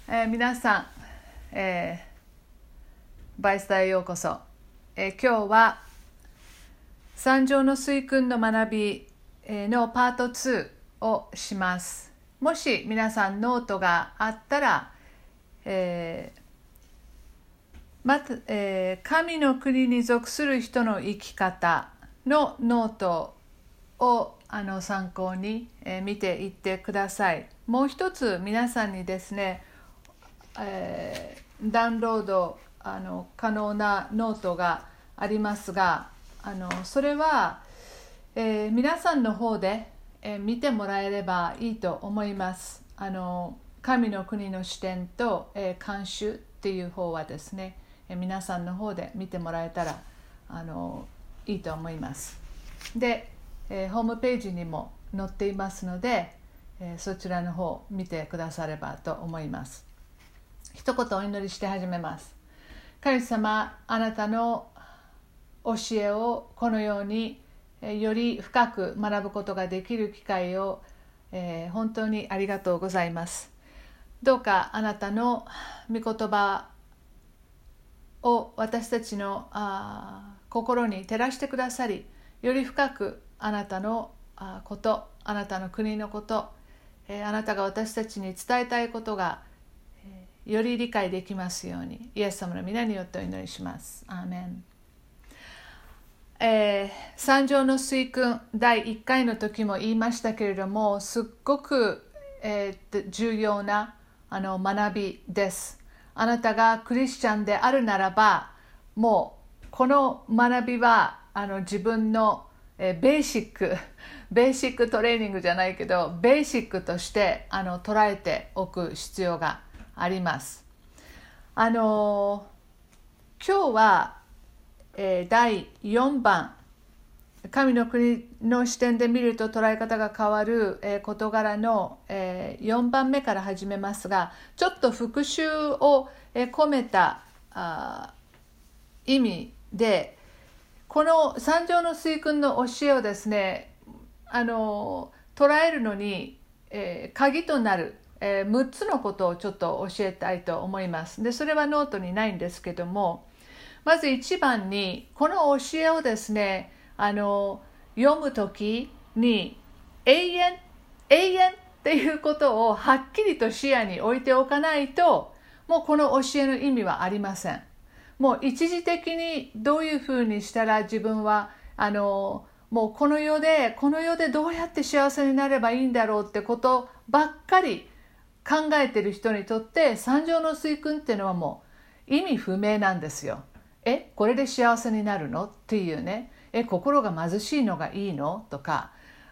皆さん、バイスタへようこそ。今日は三条の水訓の学びのパート2をします。もし皆さんノートがあったら、神の国に属する人の生き方のノートを参考に、見ていってください。もう一つ皆さんにですね、ダウンロード可能なノートがありますが、それは、皆さんの方で、見てもらえればいいと思います。神の国の視点と、監修っていう方はですね、皆さんの方で見てもらえたらいいと思います。で、ホームページにも載っていますので、そちらの方見てくださればと思います。一言お祈りして始めます。神様、あなたの教えをこのようにより深く学ぶことができる機会を、本当にありがとうございます。どうかあなたの御言葉を私たちの心に照らしてくださり、より深くあなたのこと、あなたの国のこと、あなたが私たちに伝えたいことがより理解できますように、イエス様の皆によってお祈りします。アーメン。三条の水訓第1回の時も言いましたけれども、すっごく、重要な学びです。あなたがクリスチャンであるならば、もうこの学びは自分のベーシックトレーニングじゃないけど、ベーシックとして捉えておく必要があります。今日は、第4番、神の国の視点で見ると捉え方が変わる、事柄の、4番目から始めますが、ちょっと復習を、込めた意味で、この三条の水訓の教えをですね、捉えるのに、鍵となる、6つのことをちょっと教えたいと思います。で、それはノートにないんですけども、まず1番にこの教えをですね、読むときに永遠っていうことをはっきりと視野に置いておかないと、もうこの教えの意味はありません。もう一時的にどういうふうにしたら自分はもうこの世でどうやって幸せになればいいんだろうってことばっかり考えてる人にとって三条の水訓っていうのはもう意味不明なんですよ。これで幸せになるのっていうね、心が貧しいのがいいのとか、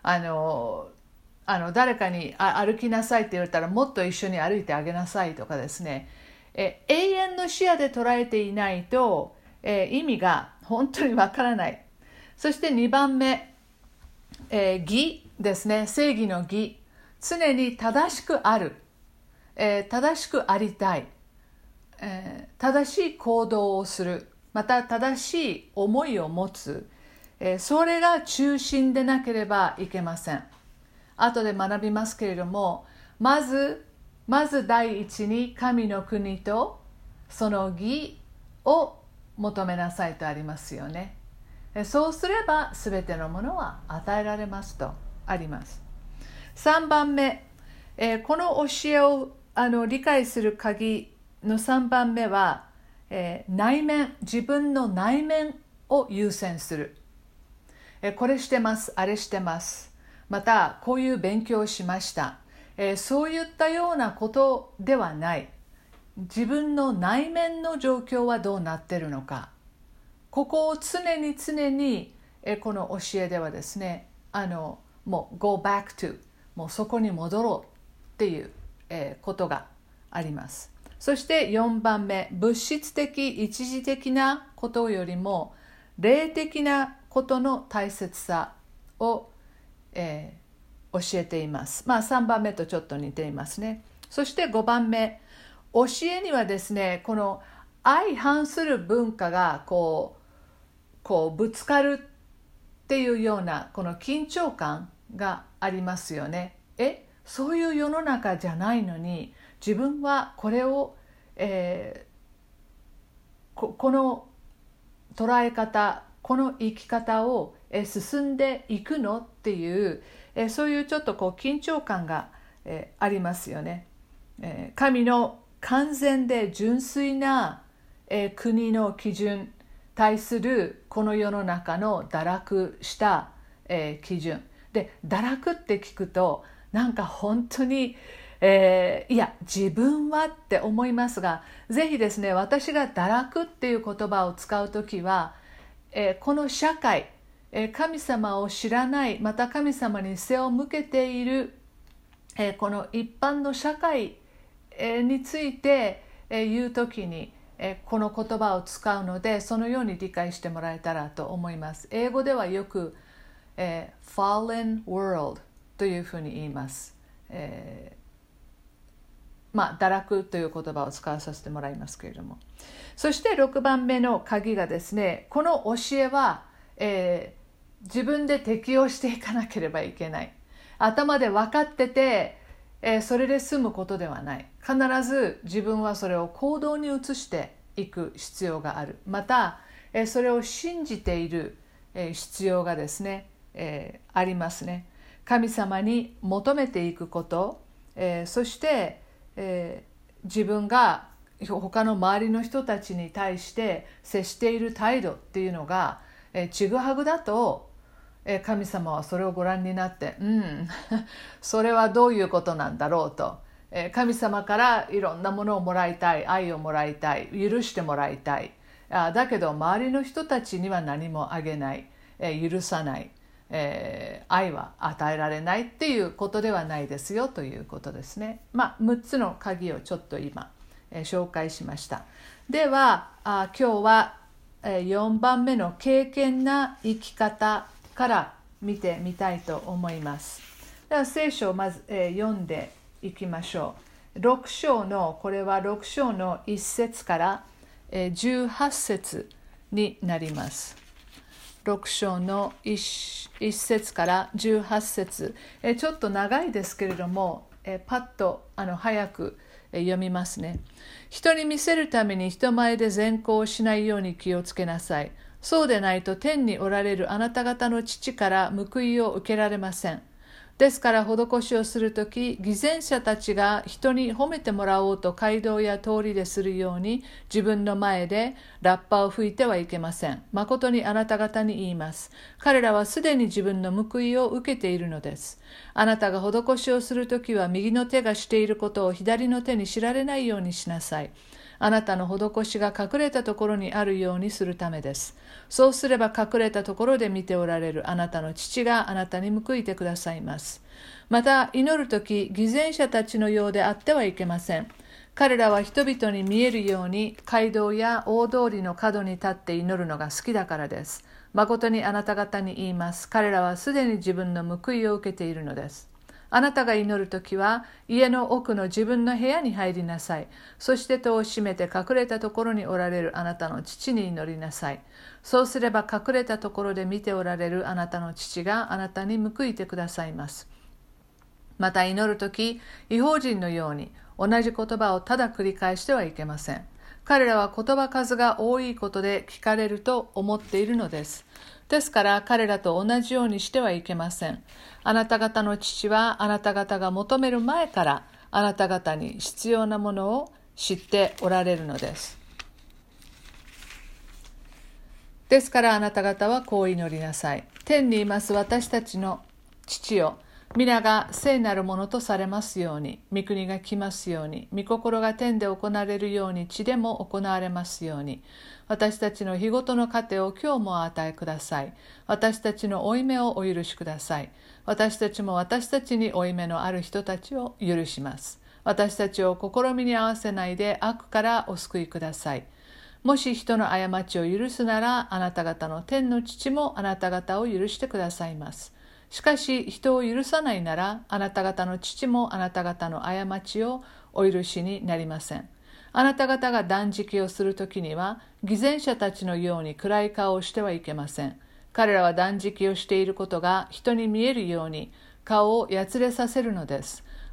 誰かに歩きなさいって言われたらもっと一緒に歩いてあげなさいとかですね、永遠の視野で捉えていないと、意味が本当にわからない。そして2番目、義ですね。正義の義、常に正しくある、正しくありたい、正しい行動をする、また正しい思いを持つ、それが中心でなければいけません。後で学びますけれども、まず第一に神の国とその義を求めなさいとありますよね。そうすればすべてのものは与えられますとあります。3番目、この教えを理解する鍵の3番目は、内面、自分の内面を優先する。これしてます、あれしてます、またこういう勉強をしました、そういったようなことではない。自分の内面の状況はどうなっているのか、ここを常にこの教えではですね、もう go back to、 もうそこに戻ろうっていう、ことがあります。そして4番目、物質的一時的なことよりも霊的なことの大切さを、教えています。3番目とちょっと似ていますね。そして5番目、教えにはですね、この相反する文化がこうぶつかるっていうようなこの緊張感がありますよね。 そういう世の中じゃないのに、自分はこれを、この捉え方、この生き方を進んでいくのっていう、そういうちょっと緊張感がありますよね。神の完全で純粋な国の基準対するこの世の中の堕落した基準で、堕落って聞くとなんか本当にいや自分はって思いますが、ぜひですね、私が堕落っていう言葉を使うときは、この社会、神様を知らない、また神様に背を向けている、この一般の社会について言うときにこの言葉を使うので、そのように理解してもらえたらと思います。英語ではよく、fallen world というふうに言います。堕落という言葉を使わさせてもらいますけれども、そして6番目の鍵がですね、この教えは、自分で適応していかなければいけない。頭で分かってて、それで済むことではない。必ず自分はそれを行動に移していく必要がある。また、それを信じている必要がですね、ありますね。神様に求めていくこと、そして自分が他の周りの人たちに対して接している態度っていうのがちぐはぐだと、神様はそれをご覧になってそれはどういうことなんだろうと、神様からいろんなものをもらいたい、愛をもらいたい、許してもらいたい、だけど周りの人たちには何もあげない、許さない、愛は与えられないっていうことではないですよということですね。6つの鍵をちょっと今、紹介しました。では今日は4番目の敬虔な生き方から見てみたいと思います。では聖書をまず読んでいきましょう。6章の1節から18節になります。6章の 1節から18節、ちょっと長いですけれども、パッと早く読みますね。人に見せるために人前で善行をしないように気をつけなさい。そうでないと天におられるあなた方の父から報いを受けられません。ですから施しをするとき、偽善者たちが人に褒めてもらおうと街道や通りでするように、自分の前でラッパを吹いてはいけません。誠にあなた方に言います。彼らはすでに自分の報いを受けているのです。あなたが施しをするときは、右の手がしていることを左の手に知られないようにしなさい。あなたの施しが隠れたところにあるようにするためです。そうすれば隠れたところで見ておられるあなたの父があなたに報いてくださいます。また祈るとき、偽善者たちのようであってはいけません。彼らは人々に見えるように街道や大通りの角に立って祈るのが好きだからです。誠にあなた方に言います。彼らはすでに自分の報いを受けているのです。あなたが祈るときは、家の奥の自分の部屋に入りなさい。そして戸を閉めて隠れたところにおられるあなたの父に祈りなさい。そうすれば隠れたところで見ておられるあなたの父があなたに報いてくださいます。また祈るとき、異邦人のように同じ言葉をただ繰り返してはいけません。彼らは言葉数が多いことで聞かれると思っているのです。ですから彼らと同じようにしてはいけません。あなた方の父はあなた方が求める前からあなた方に必要なものを知っておられるのです。ですからあなた方はこう祈りなさい。天にいます私たちの父よ、皆が聖なるものとされますように、御国が来ますように、御心が天で行われるように地でも行われますように。私たちの日ごとの糧を今日もお与えください。私たちの負い目をお許しください。私たちも私たちに負い目のある人たちを許します。私たちを試みに合わせないで悪からお救いください。もし人の過ちを許すなら、あなた方の天の父もあなた方を許してくださいます。しかし人を許さないなら、あなた方の父もあなた方の過ちをお許しになりません。あなた方が断食をするときには、偽善者たちのように暗い顔をしてはいけません。彼らは断食をしていることが人に見えるように顔をやつれさせるのです。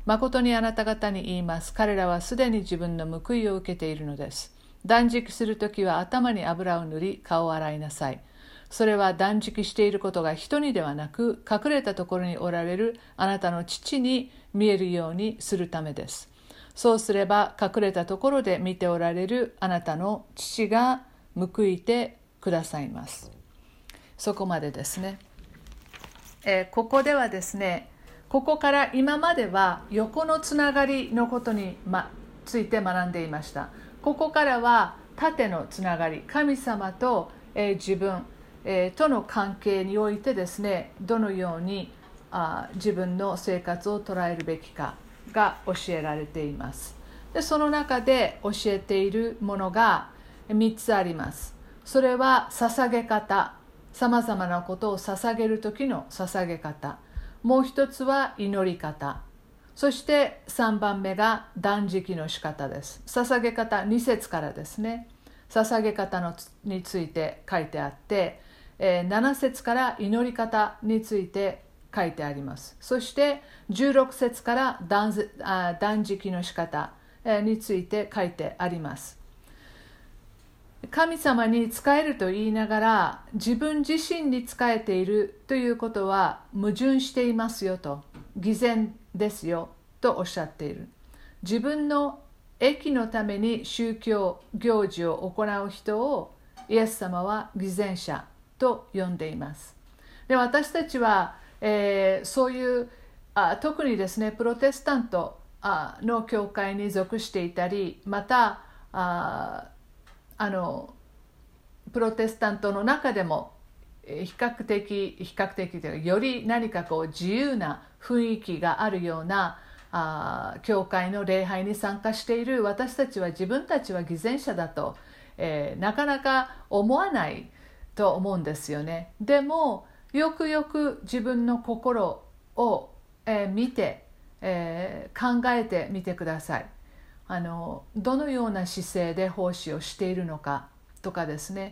誠にあなた方に言います。彼らはすでに自分の報いを受けているのです。断食するときは頭に油を塗り、顔を洗いなさい。それは断食していることが人にではなく、隠れたところにおられるあなたの父に見えるようにするためです。そうすれば隠れたところで見ておられるあなたの父が報いてくださいます。そこまでですね。ここではですね、ここから今までは横のつながりのことについて学んでいました。ここからは縦のつながり、神様と自分との関係においてですね、どのように自分の生活を捉えるべきかが教えられています。で、その中で教えているものが3つあります。それは捧げ方、さまざまなことを捧げる時の捧げ方、もう一つは祈り方、そして3番目が断食の仕方です。捧げ方2節からですね、捧げ方について書いてあって、7節から祈り方について書いてあります。そして16節から断食の仕方について書いてあります。神様に仕えると言いながら自分自身に仕えているということは矛盾していますよと、偽善ですよとおっしゃっている。自分の益のために宗教行事を行う人をイエス様は偽善者と呼んでいます。で、私たちは、そういう特にですね、プロテスタントの教会に属していたり、またプロテスタントの中でも比較的というか、より何かこう自由な雰囲気があるような教会の礼拝に参加している私たちは、自分たちは偽善者だと、なかなか思わないと思うんですよね。でもよくよく自分の心を、見て、考えてみてください。どのような姿勢で奉仕をしているのかとかですね、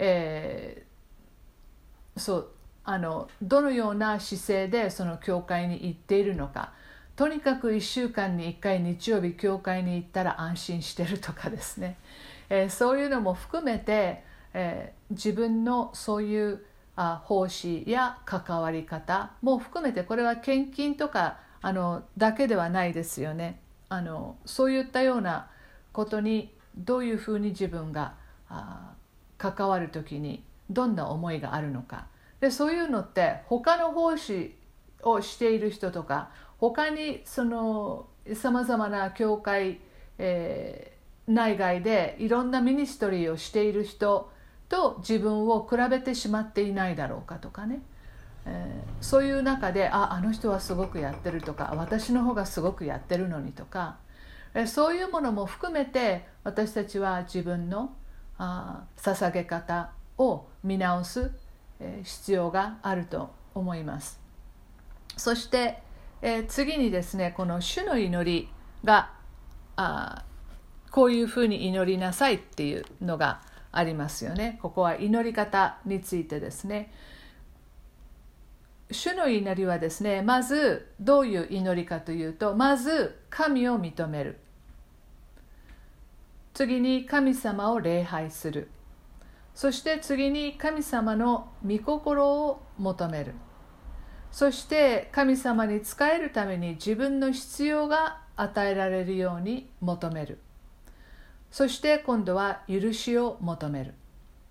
どのような姿勢でその教会に行っているのか、とにかく1週間に1回日曜日教会に行ったら安心してるとかですね、そういうのも含めて、自分のそういう奉仕や関わり方も含めて、これは献金とかだけではないですよね。そういったようなことにどういうふうに自分が関わるときにどんな思いがあるのか。で、そういうのって他の奉仕をしている人とか、他にさまざまな教会、内外でいろんなミニストリーをしている人と自分を比べてしまっていないだろうかとかね、そういう中であの人はすごくやってるとか、私の方がすごくやってるのにとか、そういうものも含めて私たちは自分の捧げ方を見直す必要があると思います。そして、次にですね、この主の祈りがこういうふうに祈りなさいっていうのがありますよね。ここは祈り方についてですね。主の祈りはですね、まずどういう祈りかというと、まず神を認める。次に神様を礼拝する。そして次に神様の御心を求める。そして神様に仕えるために自分の必要が与えられるように求める。そして今度は許しを求める。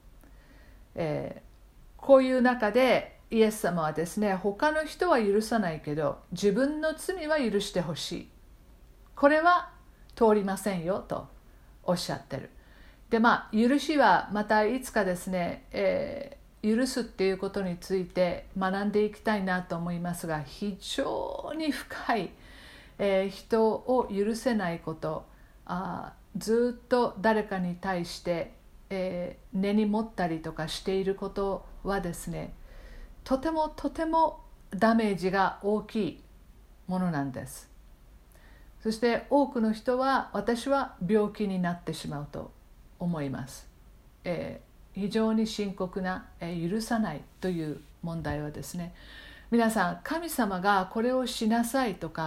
こういう中でイエス様はですね、他の人は許さないけど自分の罪は許してほしい。これは通りませんよとおっしゃってる。で、許しはまたいつかですね、許すっていうことについて学んでいきたいなと思いますが、非常に深い、人を許せないこと、ずっと誰かに対して、根に持ったりとかしていることはですね、とてもとてもダメージが大きいものなんです。そして多くの人は、私は病気になってしまうと思います。非常に深刻な、許さないという問題はですね、皆さん、神様がこれをしなさいとか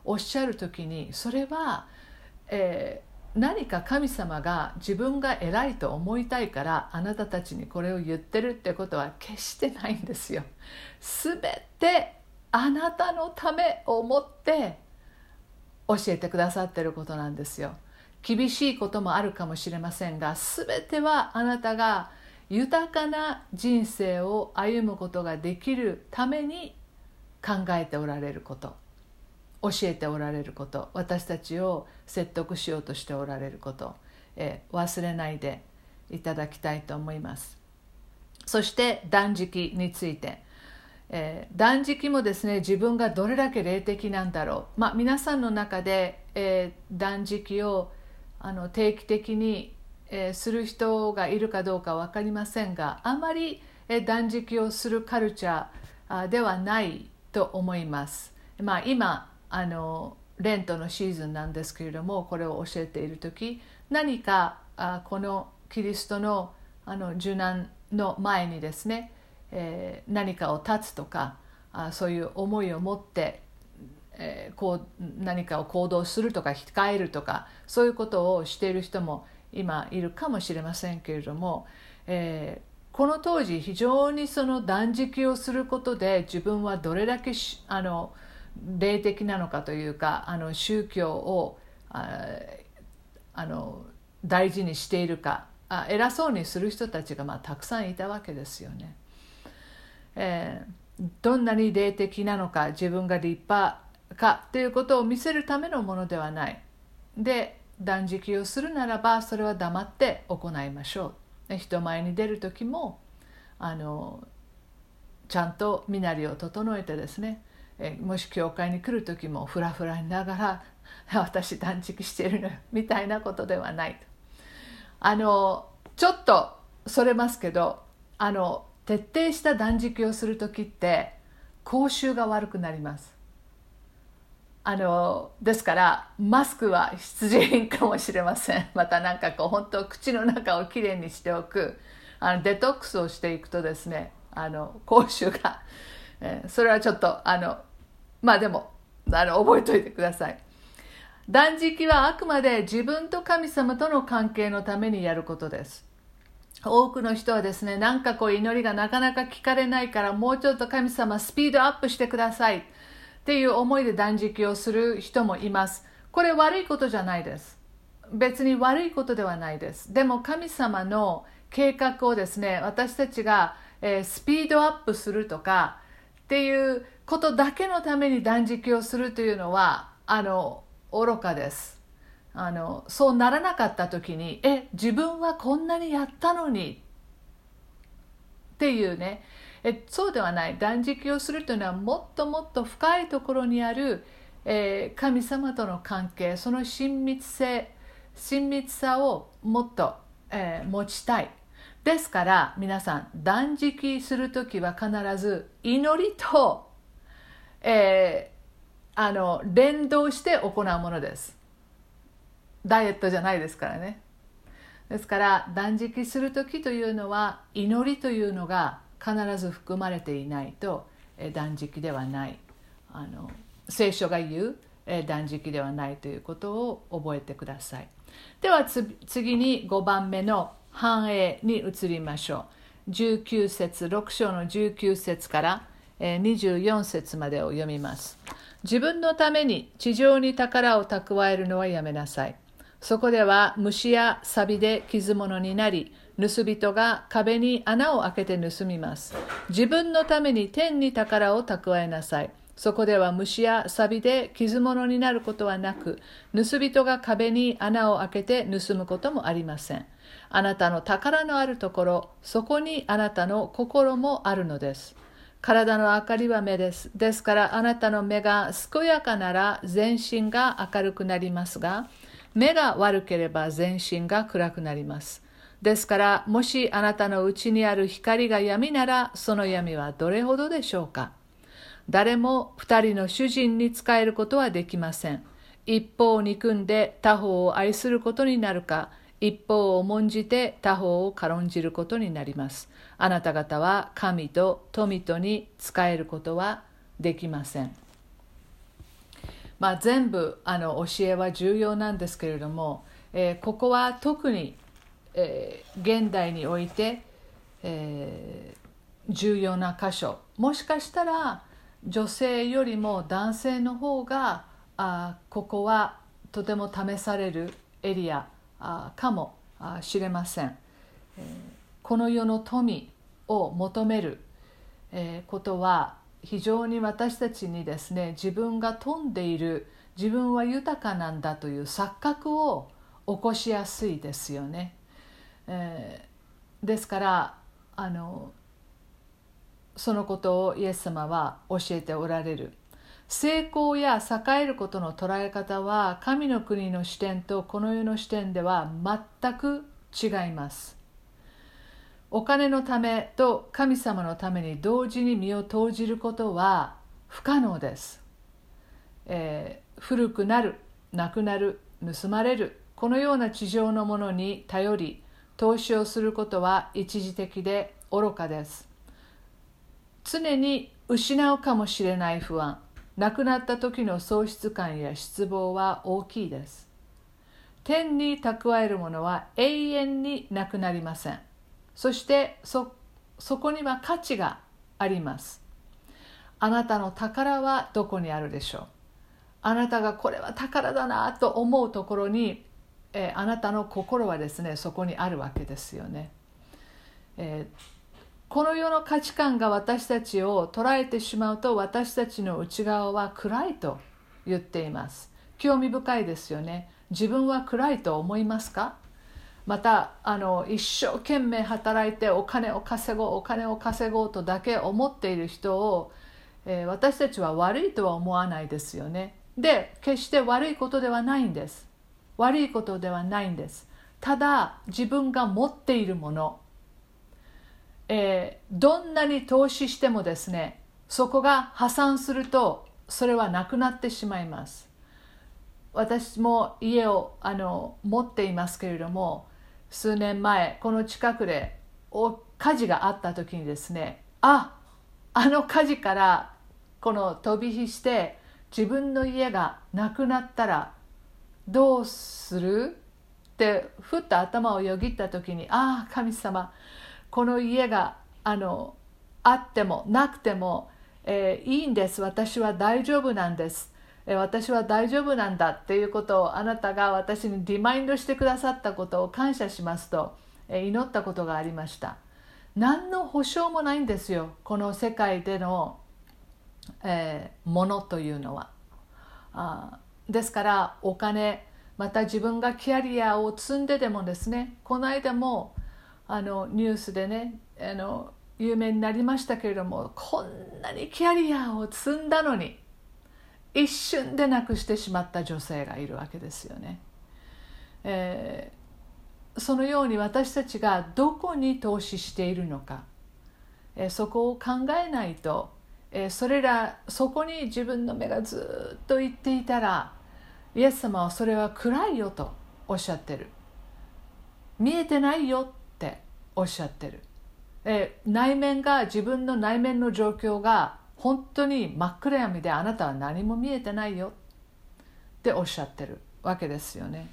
おっしゃるときに、それは、何か神様が自分が偉いと思いたいからあなたたちにこれを言ってるってことは決してないんですよ。すべてあなたのためを思って教えてくださってることなんですよ。厳しいこともあるかもしれませんが、すべてはあなたが豊かな人生を歩むことができるために考えておられること、教えておられること、私たちを説得しようとしておられること、忘れないでいただきたいと思います。そして断食について、断食もですね、自分がどれだけ霊的なんだろう、皆さんの中で、断食を定期的に、する人がいるかどうか分かりませんが、あまり、断食をするカルチャーではないと思います。今レントのシーズンなんですけれども、これを教えている時、何かこのキリストの受難の前にですね、何かを断つとか、そういう思いを持って、何かを行動するとか控えるとか、そういうことをしている人も今いるかもしれませんけれども、この当時非常にその断食をすることで自分はどれだけ霊的なのかというか、宗教を大事にしているか、偉そうにする人たちがたくさんいたわけですよね。どんなに霊的なのか、自分が立派かということを見せるためのものではない。で、断食をするならばそれは黙って行いましょう。人前に出る時もちゃんと身なりを整えてですね、もし教会に来る時もフラフラにながら私断食しているのみたいなことではないと。ちょっとそれますけど、徹底した断食をする時って口臭が悪くなります。ですからマスクは必需品かもしれません。また本当口の中をきれいにしておくデトックスをしていくとですね、口臭が、それはちょっとでも覚えておいてください。断食はあくまで自分と神様との関係のためにやることです。多くの人はですね、祈りがなかなか聞かれないから、もうちょっと神様スピードアップしてくださいっていう思いで断食をする人もいます。これ悪いことじゃないです。別に悪いことではないです。でも神様の計画をですね、私たちが、スピードアップするとかっていうことだけのために断食をするというのは愚かです。そうならなかった時に自分はこんなにやったのにっていうね、そうではない。断食をするというのはもっともっと深いところにある、神様との関係、その親密さをもっと、持ちたい。ですから皆さん、断食するときは必ず祈りと、連動して行うものです。ダイエットじゃないですからね。ですから断食するときというのは祈りというのが必ず含まれていないと断食ではない。聖書が言う断食ではないということを覚えてください。では次に5番目の繁栄に移りましょう。19節、6章の19節から24節までを読みます。自分のために地上に宝を蓄えるのはやめなさい。そこでは虫や錆で傷物になり、盗人が壁に穴を開けて盗みます。自分のために天に宝を蓄えなさい。そこでは虫や錆で傷物になることはなく、盗人が壁に穴を開けて盗むこともありません。あなたの宝のあるところ、そこにあなたの心もあるのです。体の明かりは目です。ですからあなたの目が健やかなら全身が明るくなりますが、目が悪ければ全身が暗くなります。ですからもしあなたのうちにある光が闇なら、その闇はどれほどでしょうか。誰も二人の主人に仕えることはできません。一方を憎んで他方を愛することになるか、一方を重んじて他方を軽んじることになります。あなた方は神と富とに仕えることはできません。 全部教えは重要なんですけれども、ここは特に、現代において、重要な箇所、もしかしたら女性よりも男性の方がここはとても試されるエリアかもしれません。この世の富を求めることは非常に私たちにですね、自分が富んでいる、自分は豊かなんだという錯覚を起こしやすいですよね。ですからそのことをイエス様は教えておられる。成功や栄えることの捉え方は神の国の視点とこの世の視点では全く違います。お金のためと神様のために同時に身を投じることは不可能です。古くなる、なくなる、盗まれる、このような地上のものに頼り投資をすることは一時的で愚かです。常に失うかもしれない不安、亡くなった時の喪失感や失望は大きいです。天に蓄えるものは永遠になくなりません。そしてそこには価値があります。あなたの宝はどこにあるでしょう。あなたがこれは宝だなと思うところに、あなたの心はですね、そこにあるわけですよね。この世の価値観が私たちを捉えてしまうと、私たちの内側は暗いと言っています。興味深いですよね。自分は暗いと思いますか？また一生懸命働いてお金を稼ごうとだけ思っている人を、私たちは悪いとは思わないですよね。で、決して悪いことではないんです。ただ自分が持っているもの、どんなに投資してもですね、そこが破産するとそれはなくなってしまいます。私も家を持っていますけれども、数年前この近くで火事があった時にですね、あの火事から飛び火して自分の家がなくなったらどうするってふっと頭をよぎった時に、神様、この家があってもなくても、いいんです。私は大丈夫なんです。私は大丈夫なんだっていうことをあなたが私にリマインドしてくださったことを感謝しますと、祈ったことがありました。何の保証もないんですよ、この世界での、ものというのは。ですからお金、また自分がキャリアを積んででもですね、この間もニュースでね有名になりましたけれども、こんなにキャリアを積んだのに一瞬でなくしてしまった女性がいるわけですよね。そのように私たちがどこに投資しているのか、そこを考えないと、そこに自分の目がずっと行っていたら、イエス様はそれは暗いよとおっしゃってる。見えてないよっておっしゃってる。自分の内面の状況が本当に真っ暗闇で、あなたは何も見えてないよっておっしゃってるわけですよね。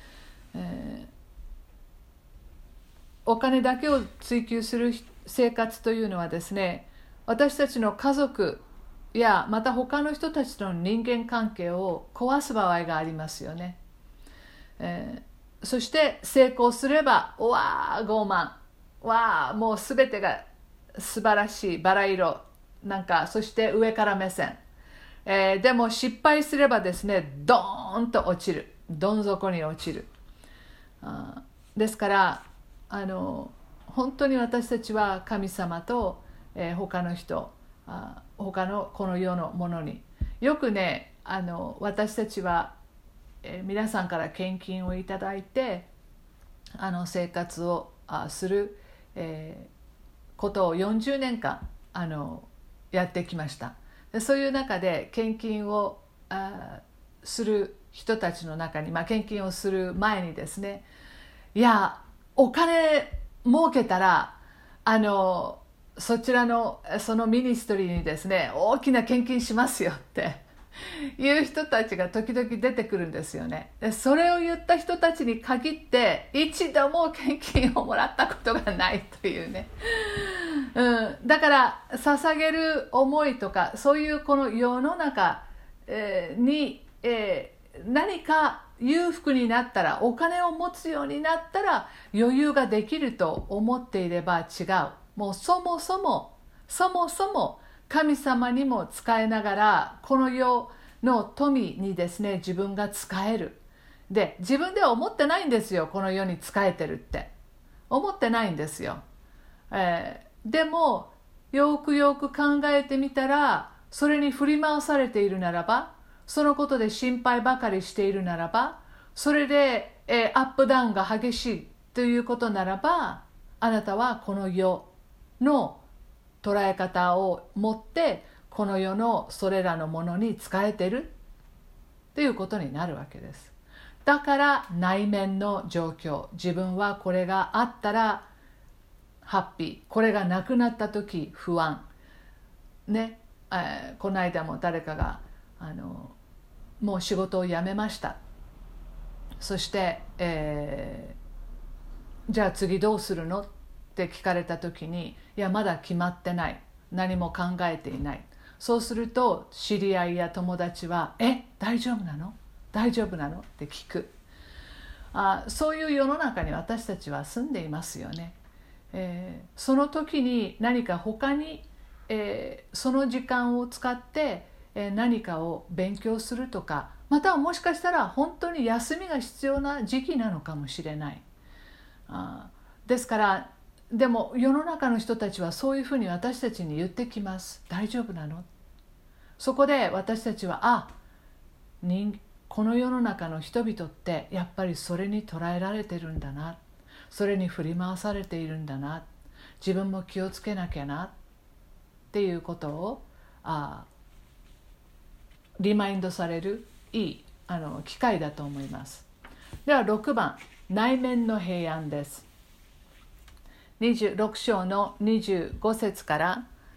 お金だけを追求する生活というのはですね、私たちの家族やまた他の人たちとの人間関係を壊す場合がありますよね。そして成功すれば傲慢、もう全てが素晴らしい、バラ色そして上から目線、でも失敗すればですね、ドーンと落ちる、どん底に落ちる。ですから本当に私たちは神様と、他の人、他のこの世のものによくね、私たちは、皆さんから献金をいただいて生活をする、ことを40年間やってきました。でそういう中で献金をする人たちの中に、献金をする前にですね、いやお金儲けたらそちらのそのミニストリーにですね大きな献金しますよっていう人たちが時々出てくるんですよね。でそれを言った人たちに限って一度も献金をもらったことがないというね、だから捧げる思いとかそういうこの世の中、に、何か裕福になったらお金を持つようになったら余裕ができると思っていれば違う。もうそもそも神様にも仕えながらこの世の富にですね自分が仕える。で自分では思ってないんですよ。この世に仕えてるって思ってないんですよ。でもよくよく考えてみたらそれに振り回されているならば、そのことで心配ばかりしているならば、それで、アップダウンが激しいということならば、あなたはこの世の捉え方を持ってこの世のそれらのものに仕えてるということになるわけです。だから内面の状況、自分はこれがあったらハッピー、これがなくなった時不安ね、この間も誰かがもう仕事を辞めました。そして、じゃあ次どうするのって聞かれた時に、いやまだ決まってない、何も考えていない。そうすると知り合いや友達は大丈夫なの大丈夫なのって聞く。そういう世の中に私たちは住んでいますよね。その時に何か他に、その時間を使って、何かを勉強するとか、またはもしかしたら本当に休みが必要な時期なのかもしれない。ですからでも世の中の人たちはそういうふうに私たちに言ってきます。大丈夫なの？そこで私たちはこの世の中の人々ってやっぱりそれに捉えられてるんだな、それに振り回されているんだな、自分も気をつけなきゃなっていうことをリマインドされるいい機会だと思います。では6番、内面の平安です。26章の25節から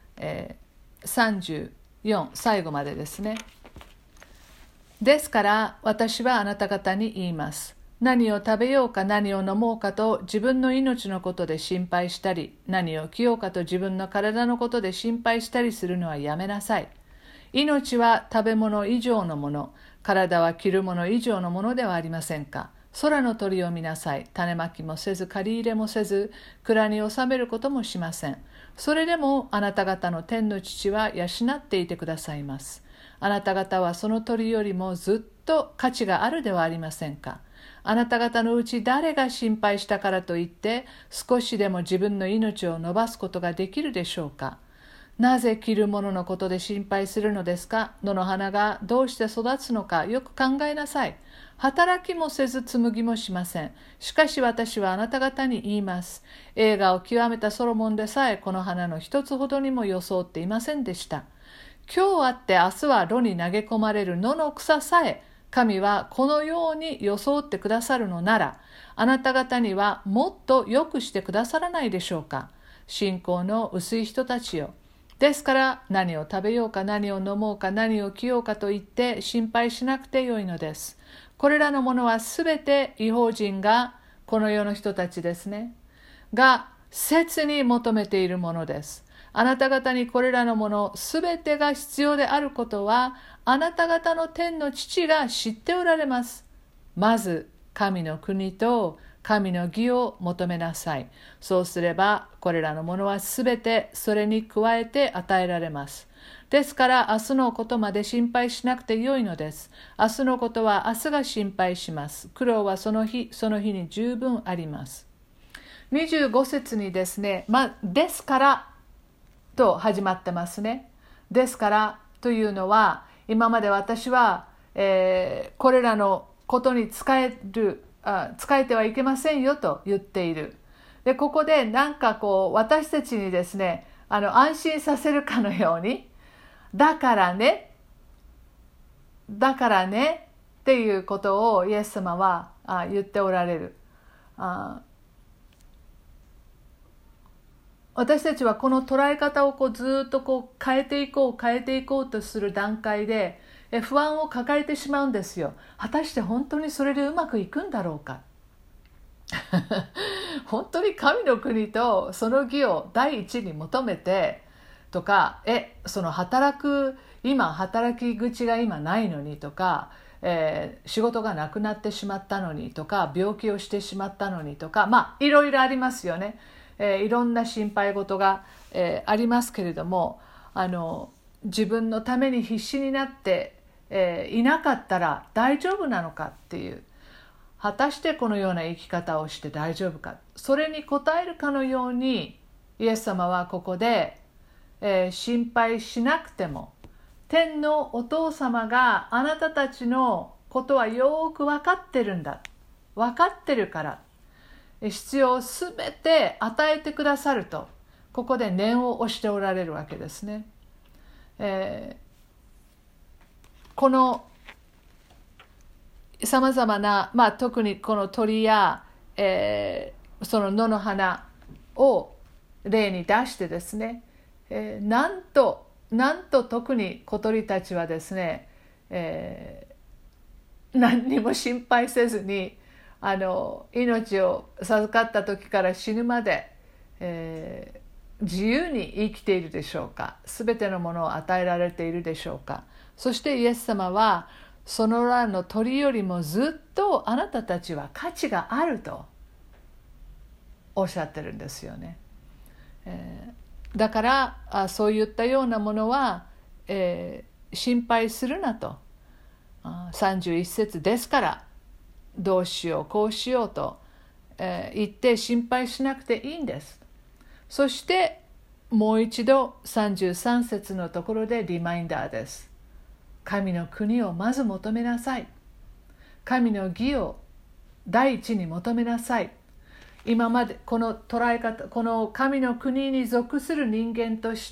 、34最後までですね。ですから私はあなた方に言います。何を食べようか何を飲もうかと自分の命のことで心配したり、何を着ようかと自分の体のことで心配したりするのはやめなさい。命は食べ物以上のもの、体は着るもの以上のものではありませんか。空の鳥を見なさい。種まきもせず借り入れもせず蔵に収めることもしません。それでもあなた方の天の父は養っていてくださいます。あなた方はその鳥よりもずっと価値があるではありませんか。あなた方のうち誰が心配したからといって少しでも自分の命を伸ばすことができるでしょうか。なぜ着るもののことで心配するのですか。野の花がどうして育つのかよく考えなさい。働きもせず紡ぎもしません。しかし私はあなた方に言います。栄華を極めたソロモンでさえこの花の一つほどにも装っていませんでした。今日あって明日は炉に投げ込まれる野の草さえ神はこのように装ってくださるのなら、あなた方にはもっと良くしてくださらないでしょうか。信仰の薄い人たちよ。ですから何を食べようか何を飲もうか何を着ようかと言って心配しなくてよいのです。これらのものはすべて異邦人が、この世の人たちですね、が切に求めているものです。あなた方にこれらのものすべてが必要であることはあなた方の天の父が知っておられます。まず神の国と神の義を求めなさい。そうすればこれらのものはすべてそれに加えて与えられます。ですから明日のことまで心配しなくてよいのです。明日のことは明日が心配します。苦労はその日その日に十分あります。25節にですね、ですからと始まってますね。ですからというのは、今まで私は、これらのことに使えてはいけませんよと言っている。でここでなんかこう私たちにですね、安心させるかのように、だからねっていうことをイエス様は言っておられる。私たちはこの捉え方をずっと変えていこうとする段階で、 不安を抱えてしまうんですよ。果たして本当にそれでうまくいくんだろうか本当に神の国とその義を第一に求めてとか、その働き口が今ないのにとか、仕事がなくなってしまったのにとか、病気をしてしまったのにとか、いろいろありますよね。いろんな心配事が、ありますけれども、自分のために必死になって、いなかったら大丈夫なのかっていう、果たしてこのような生き方をして大丈夫か、それに応えるかのようにイエス様はここで、心配しなくても天のお父様があなたたちのことはよく分かってるんだ、分かってるから必要をすべて与えてくださると、ここで念を押しておられるわけですね。このさまざまな、特にこの鳥や、その野の花を例に出してですね、なんと特に小鳥たちはですね、何にも心配せずに命を授かった時から死ぬまで、自由に生きているでしょうか。すべてのものを与えられているでしょうか。そしてイエス様はそのらの鳥よりもずっとあなたたちは価値があるとおっしゃってるんですよね。だからそういったようなものは、心配するなと。31節ですからどうしようこうしようと、言って心配しなくていいんです。そしてもう一度33節のところでリマインダーです。神の国をまず求めなさい。神の義を第一に求めなさい。今までこの捉え方、この神の国に属する人間として、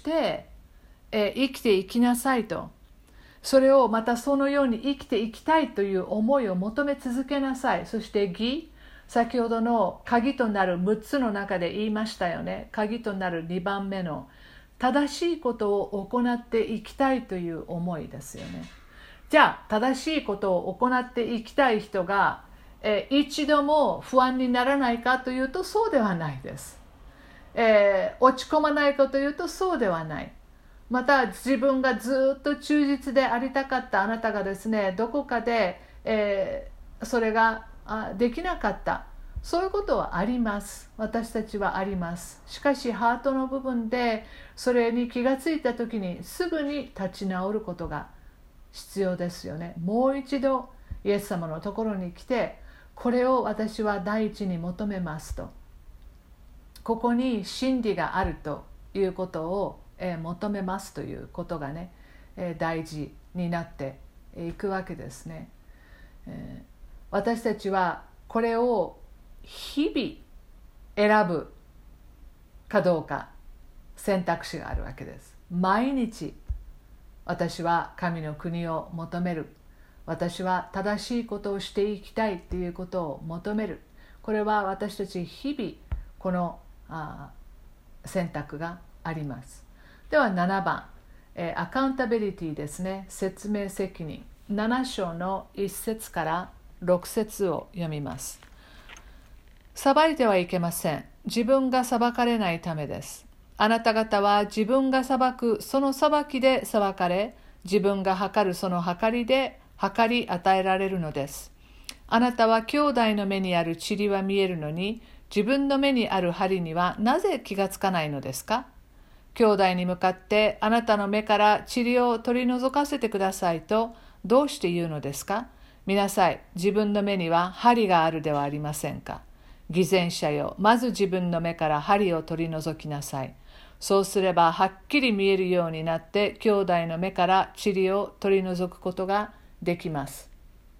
生きていきなさいと。それをまたそのように生きていきたいという思いを求め続けなさい。そして義、先ほどの鍵となる6つの中で言いましたよね。鍵となる2番目の正しいことを行っていきたいという思いですよね。じゃあ正しいことを行っていきたい人が、一度も不安にならないかというとそうではないです。落ち込まないかというとそうではない。また自分がずっと忠実でありたかったあなたがですね、どこかで、それができなかった、そういうことはあります。私たちはあります。しかしハートの部分でそれに気がついた時にすぐに立ち直ることが必要ですよね。もう一度イエス様のところに来て、これを私は第一に求めますと、ここに真理があるということを求めますということがね、大事になっていくわけですね。私たちはこれを日々選ぶかどうか選択肢があるわけです。毎日私は神の国を求める、私は正しいことをしていきたいということを求める、これは私たち日々この選択があります。では7番、アカウンタビリティですね。説明責任。7章の1節から6節を読みます。裁いてはいけません。自分が裁かれないためです。あなた方は自分が裁くその裁きで裁かれ、自分が測るその測りで測り与えられるのです。あなたは兄弟の目にある塵は見えるのに、自分の目にある針にはなぜ気がつかないのですか？兄弟に向かってあなたの目から塵を取り除かせてくださいとどうして言うのですか？見なさい、自分の目には針があるではありませんか。偽善者よ、まず自分の目から針を取り除きなさい。そうすればはっきり見えるようになって兄弟の目から塵を取り除くことができます。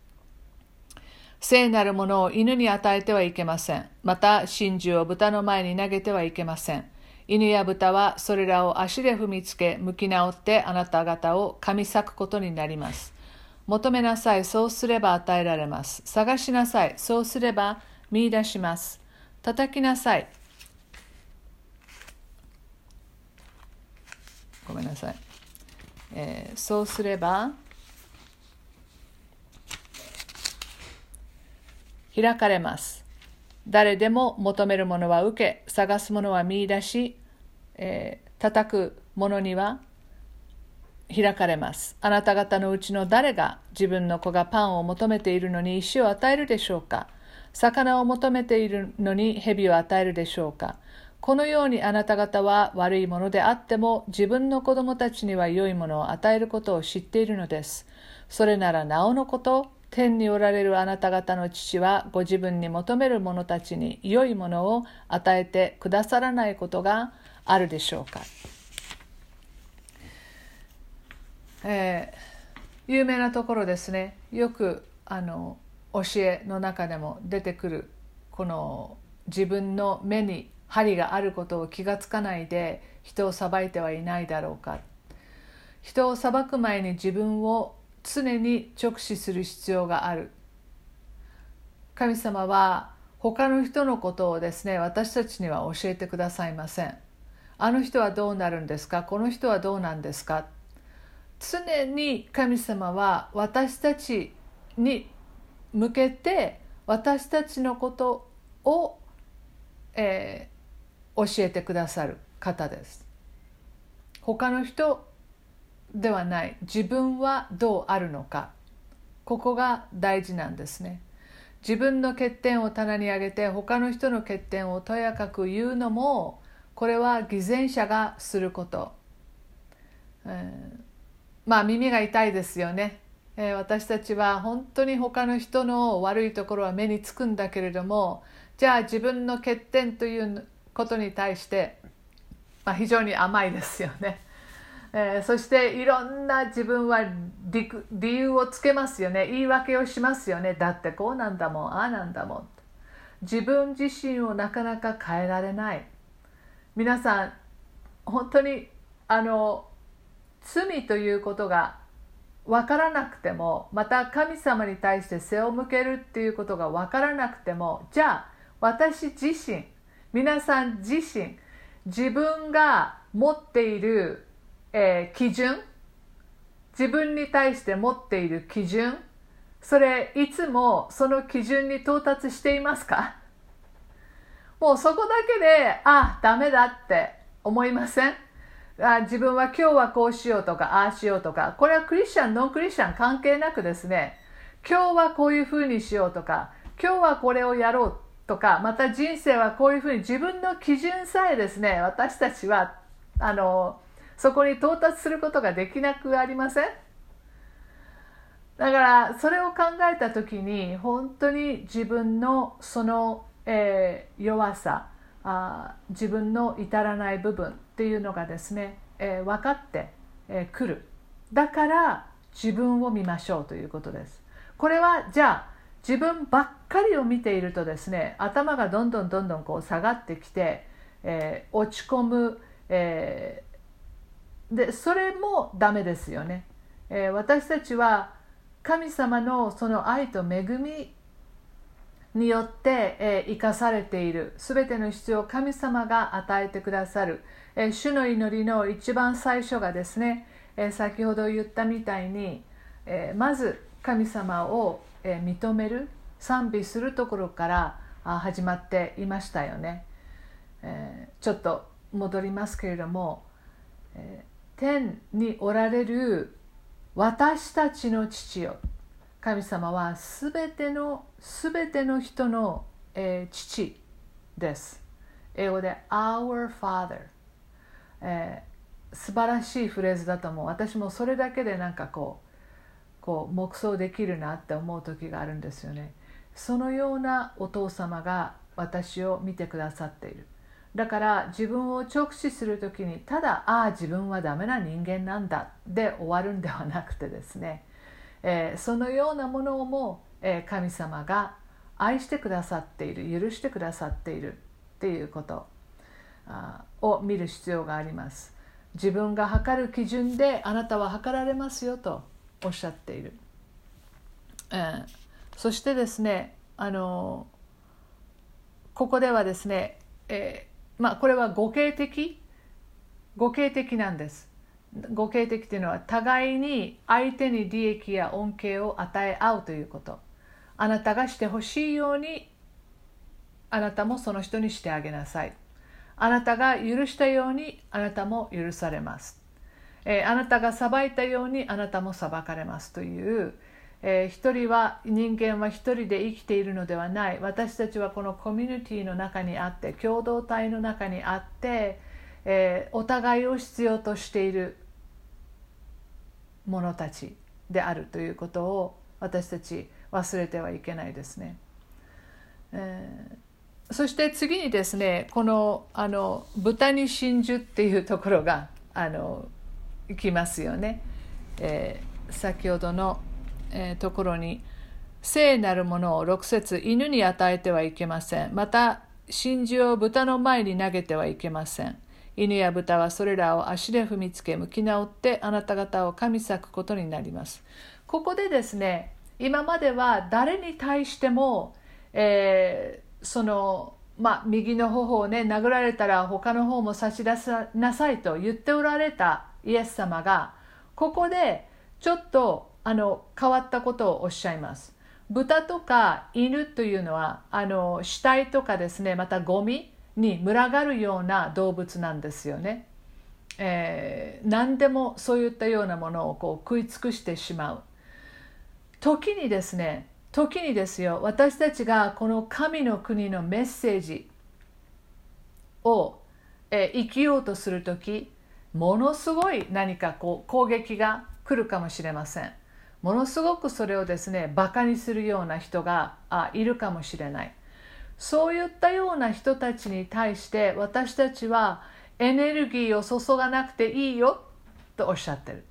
聖なるものを犬に与えてはいけません。また真珠を豚の前に投げてはいけません。犬や豚はそれらを足で踏みつけ、向き直ってあなた方を噛み裂くことになります。求めなさい、そうすれば与えられます。探しなさい、そうすれば見出します。叩きなさい。ごめんなさい。そうすれば開かれます。誰でも求めるものは受け、探すものは見出し、叩くものには開かれます。あなた方のうちの誰が自分の子がパンを求めているのに石を与えるでしょうか。魚を求めているのに蛇を与えるでしょうか。このようにあなた方は悪いものであっても自分の子供たちには良いものを与えることを知っているのです。それならなおのこと、天におられるあなた方の父はご自分に求める者たちに良いものを与えてくださらないことがあるでしょうか。有名なところですね。よく教えの中でも出てくるこの自分の目に針があることを気がつかないで人を裁いてはいないだろうか。人を裁く前に自分を常に直視する必要がある。神様は他の人のことをですね、私たちには教えてくださいません。あの人はどうなるんですか、この人はどうなんですか。常に神様は私たちに向けて私たちのことを、教えてくださる方です。他の人ではない、自分はどうあるのか、ここが大事なんですね。自分の欠点を棚に上げて他の人の欠点をとやかく言うのも、これは偽善者がすること。耳が痛いですよね。私たちは本当に他の人の悪いところは目につくんだけれども、じゃあ自分の欠点ということに対して、非常に甘いですよね。そしていろんな自分は理由をつけますよね。言い訳をしますよね。だってこうなんだもん、ああなんだもん。自分自身をなかなか変えられない。皆さん本当に罪ということが分からなくても、また神様に対して背を向けるっていうことが分からなくても、じゃあ私自身、皆さん自身、自分が持っている、基準、自分に対して持っている基準、それいつもその基準に到達していますか？もうそこだけでダメだって思いません？自分は今日はこうしようとかああしようとか、これはクリスチャンノンクリスチャン関係なくですね、今日はこういうふうにしようとか、今日はこれをやろうとか、また人生はこういうふうに自分の基準さえですね、私たちはそこに到達することができなくありません？だからそれを考えた時に本当に自分のその、弱さ、自分の至らない部分っていうのがですね、分かってくる。だから自分を見ましょうということです。これはじゃあ自分ばっかりを見ているとですね、頭がどんどんこう下がってきて、落ち込む、でそれもダメですよね。私たちは神様のその愛と恵みによって、生かされている。すべての必要を神様が与えてくださる。主の祈りの一番最初がですね、先ほど言ったみたいに、まず神様を、認める、賛美するところから始まっていましたよね。ちょっと戻りますけれども、天におられる私たちの父よ、神様はすべての人の、父です。英語で Our Father、素晴らしいフレーズだと思う。私もそれだけでなんかこう黙想できるなって思う時があるんですよね。そのようなお父様が私を見てくださっている。だから自分を直視するときにただ自分はダメな人間なんだで終わるんではなくてですね、そのようなものをも、神様が愛してくださっている、許してくださっているっていうことを見る必要があります。自分が測る基準であなたは測られますよとおっしゃっている。そしてですね、ここではですね、これは互恵的なんです。互恵的というのは互いに相手に利益や恩恵を与え合うということ。 あなたがしてほしいようにあなたもその人にしてあげなさい。あなたが許したようにあなたも許されます。あなたが裁いたようにあなたも裁かれますという、人間は一人で生きているのではない。私たちはこのコミュニティの中にあって、共同体の中にあって、お互いを必要としている者たちであるということを私たち忘れてはいけないですね。そして次にですね、この豚に真珠っていうところがきますよね。先ほどの、ところに聖なるものを6節、犬に与えてはいけません。また真珠を豚の前に投げてはいけません。犬や豚はそれらを足で踏みつけ、向き直ってあなた方を噛み裂くことになります。ここでですね、今までは誰に対しても、右の頬をね殴られたら他の方も差し出しなさいと言っておられたイエス様が、ここでちょっと変わったことをおっしゃいます。豚とか犬というのは死体とかですね、またゴミに群がるような動物なんですよね。何でもそういったようなものを食い尽くしてしまう。時にですよ、私たちがこの神の国のメッセージを、生きようとするとき、ものすごい何か攻撃が来るかもしれません。ものすごくそれをですねバカにするような人がいるかもしれない。そういったような人たちに対して私たちはエネルギーを注がなくていいよとおっしゃってる。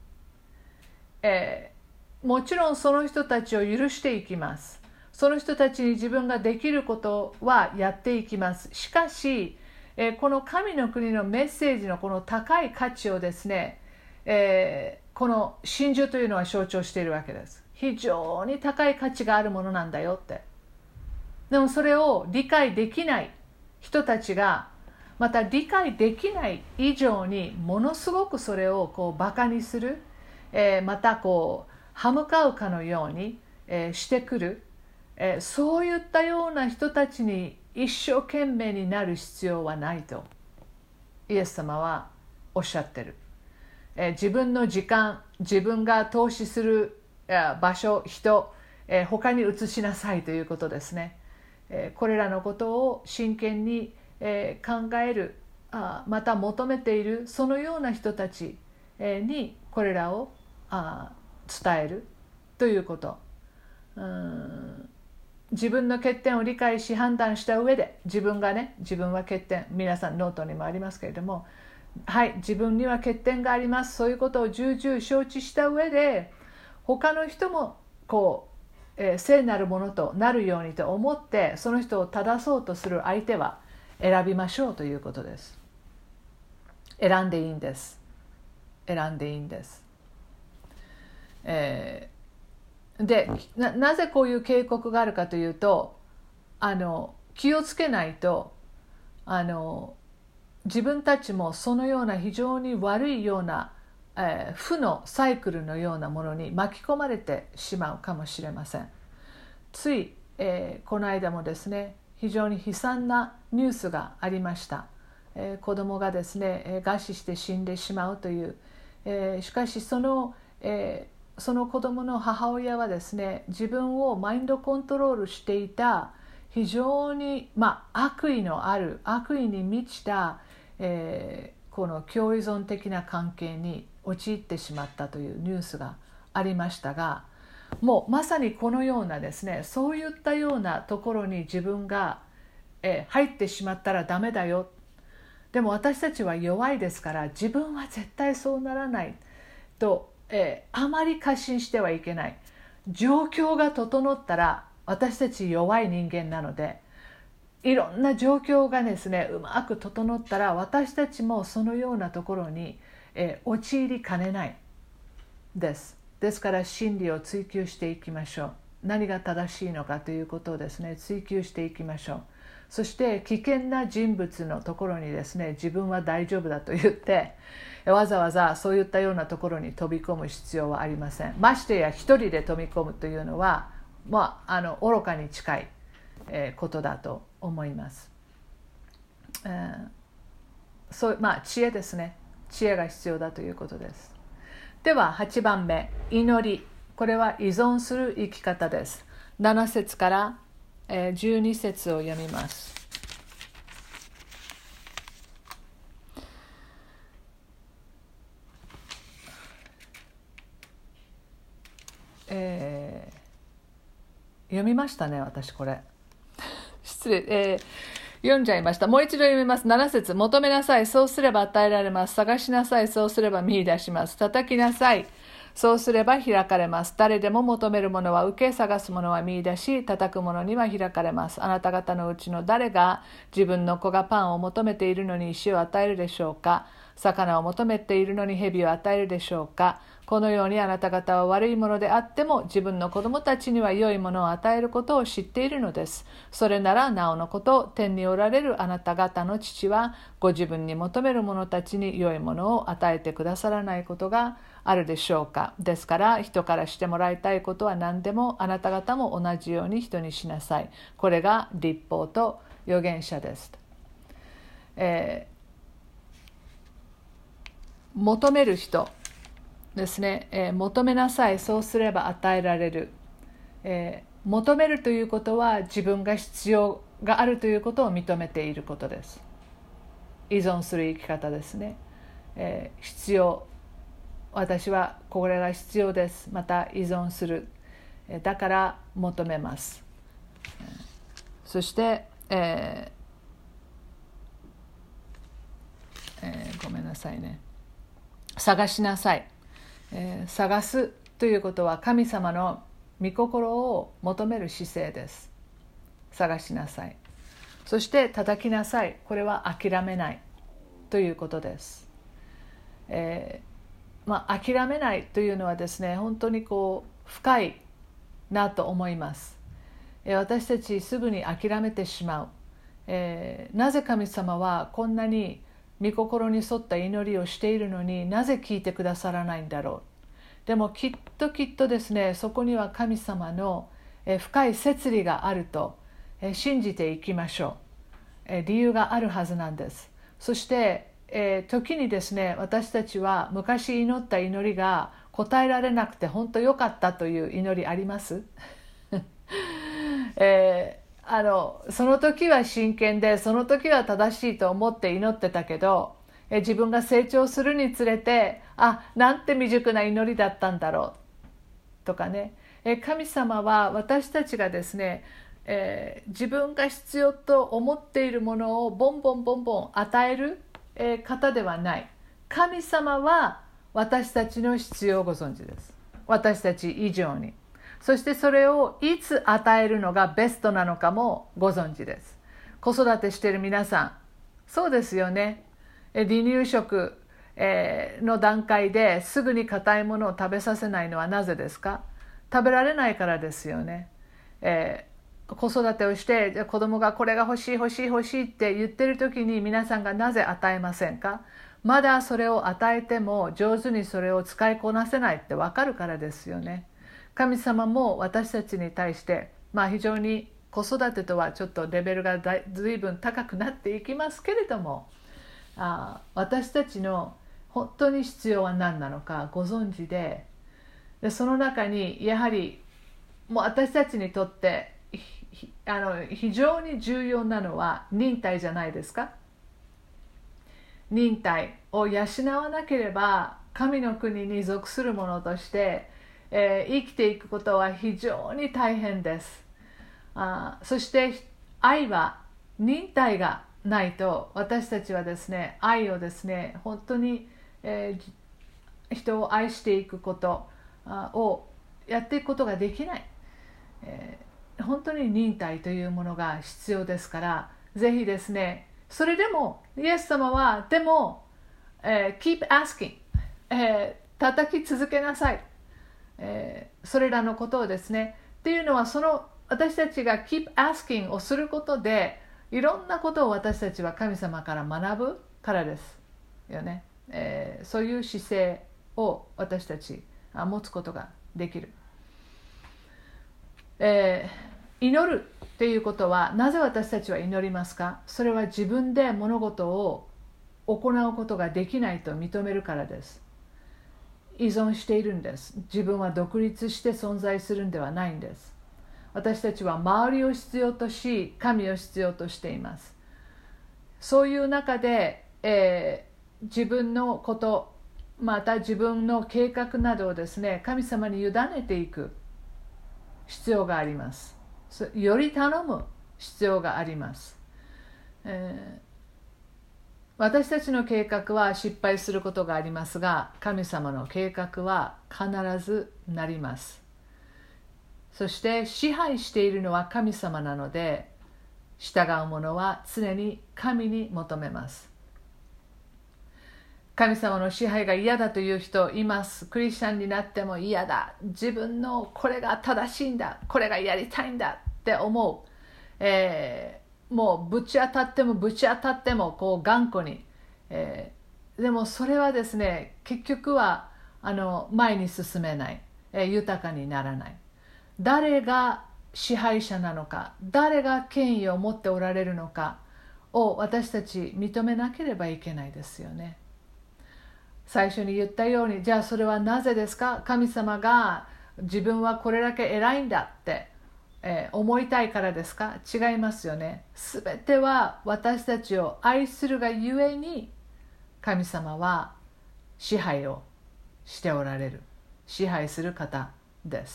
もちろんその人たちを許していきます。その人たちに自分ができることはやっていきます。しかし、この神の国のメッセージのこの高い価値をですね、この真珠というのは象徴しているわけです。非常に高い価値があるものなんだよって。でもそれを理解できない人たちが、また理解できない以上にものすごくそれをバカにする、また歯向かうかのように、してくる、そういったような人たちに一生懸命になる必要はないとイエス様はおっしゃってる。自分の時間、自分が投資する場所、人、他に移しなさいということですね。これらのことを真剣に考える、また求めているそのような人たちにこれらを伝えるということ。自分の欠点を理解し判断した上で、自分は欠点、皆さんノートにもありますけれども、はい、自分には欠点があります、そういうことを重々承知した上で、他の人も聖なるものとなるようにと思ってその人を正そうとする相手は選びましょうということです。選んでいいんです。で、なぜこういう警告があるかというと、気をつけないと自分たちもそのような非常に悪いような、負のサイクルのようなものに巻き込まれてしまうかもしれません。つい、この間もですね、非常に悲惨なニュースがありました。子供がですね餓死して死んでしまうという、しかしその子供の母親はですね、自分をマインドコントロールしていた非常に、悪意に満ちた、この共依存的な関係に陥ってしまったというニュースがありましたが、もうまさにこのようなですね、そういったようなところに自分が、入ってしまったらダメだよ。でも私たちは弱いですから、自分は絶対そうならないと、あまり過信してはいけない。状況が整ったら、私たち弱い人間なので、いろんな状況がですねうまく整ったら、私たちもそのようなところに、陥りかねないです。ですから真理を追求していきましょう。何が正しいのかということをですね追求していきましょう。そして危険な人物のところにですね、自分は大丈夫だと言ってわざわざそういったようなところに飛び込む必要はありません。ましてや一人で飛び込むというのは愚かに近いことだと思います。知恵ですね。知恵が必要だということです。では8番目、祈り。これは依存する生き方です。7節から12節を読みます。読みましたね、私これ。失礼、読んじゃいました。もう一度読みます。7節、求めなさい、そうすれば与えられます。探しなさい、そうすれば見出します。叩きなさい、そうすれば開かれます。誰でも求めるものは受け、探すものは見出し、叩くものには開かれます。あなた方のうちの誰が自分の子がパンを求めているのに石を与えるでしょうか。魚を求めているのに蛇を与えるでしょうか。このようにあなた方は悪いものであっても自分の子供たちには良いものを与えることを知っているのです。それならなおのこと、天におられるあなた方の父はご自分に求める者たちに良いものを与えてくださらないことがあるでしょうか。ですから人からしてもらいたいことは何でもあなた方も同じように人にしなさい。これが律法と預言者です。求める人ですね、求めなさい、そうすれば与えられる。求めるということは自分が必要があるということを認めていることです。依存する生き方ですね。必要、私はこれが必要です。また依存する。だから求めます。そして、ごめんなさいね。探しなさい。探すということは神様の御心を求める姿勢です。探しなさい。そして叩きなさい。これは諦めないということです。諦めないというのはですね、本当に深いなと思います。私たちすぐに諦めてしまう。なぜ神様はこんなに御心に沿った祈りをしているのになぜ聞いてくださらないんだろう。でもきっとですね、そこには神様の深い摂理があると信じていきましょう。理由があるはずなんです。そして時にですね、私たちは昔祈った祈りが答えられなくて本当良かったという祈りありますその時は真剣でその時は正しいと思って祈ってたけど、自分が成長するにつれてなんて未熟な祈りだったんだろうとかね、神様は私たちがですね、自分が必要と思っているものをボンボン与える、方ではない。神様は私たちの必要をご存知です。私たち以上に。そしてそれをいつ与えるのがベストなのかもご存知です。子育てしている皆さん、そうですよね。離乳食の段階ですぐに硬いものを食べさせないのはなぜですか？食べられないからですよね。子育てをして子供がこれが欲しいって言ってる時に皆さんがなぜ与えませんか？まだそれを与えても上手にそれを使いこなせないって分かるからですよね。神様も私たちに対して、非常に子育てとはちょっとレベルが随分高くなっていきますけれども、私たちの本当に必要は何なのかご存知で、その中にやはりもう私たちにとって非常に重要なのは忍耐じゃないですか。忍耐を養わなければ神の国に属する者として生きていくことは非常に大変です。そして愛は忍耐がないと私たちはですね、愛をですね本当に、人を愛していくことをやっていくことができない、本当に忍耐というものが必要ですから、ぜひですね、それでもイエス様はでも、keep asking、叩き続けなさい、それらのことをですね。っていうのはその私たちが keep asking をすることでいろんなことを私たちは神様から学ぶからですよね。そういう姿勢を私たち持つことができる。 祈るっていうことは、なぜ私たちは祈りますか？それは自分で物事を行うことができないと認めるからです。依存しているんです。自分は独立して存在するんではないんです。私たちは周りを必要とし、神を必要としています。そういう中で、自分のこと、また自分の計画などをですね、神様に委ねていく必要があります。より頼む必要があります。私たちの計画は失敗することがありますが、神様の計画は必ずなります。そして支配しているのは神様なので、従う者は常に神に求めます。神様の支配が嫌だという人います。クリスチャンになっても嫌だ、自分のこれが正しいんだ、これがやりたいんだって思う、もうぶち当たってもこう頑固に、でもそれはですね、結局は前に進めない、豊かにならない。誰が支配者なのか、誰が権威を持っておられるのかを私たち認めなければいけないですよね。最初に言ったように、じゃあそれはなぜですか？神様が自分はこれだけ偉いんだって、思いたいからですか？違いますよね。すべては私たちを愛するがゆえに、神様は支配をしておられる、支配する方です。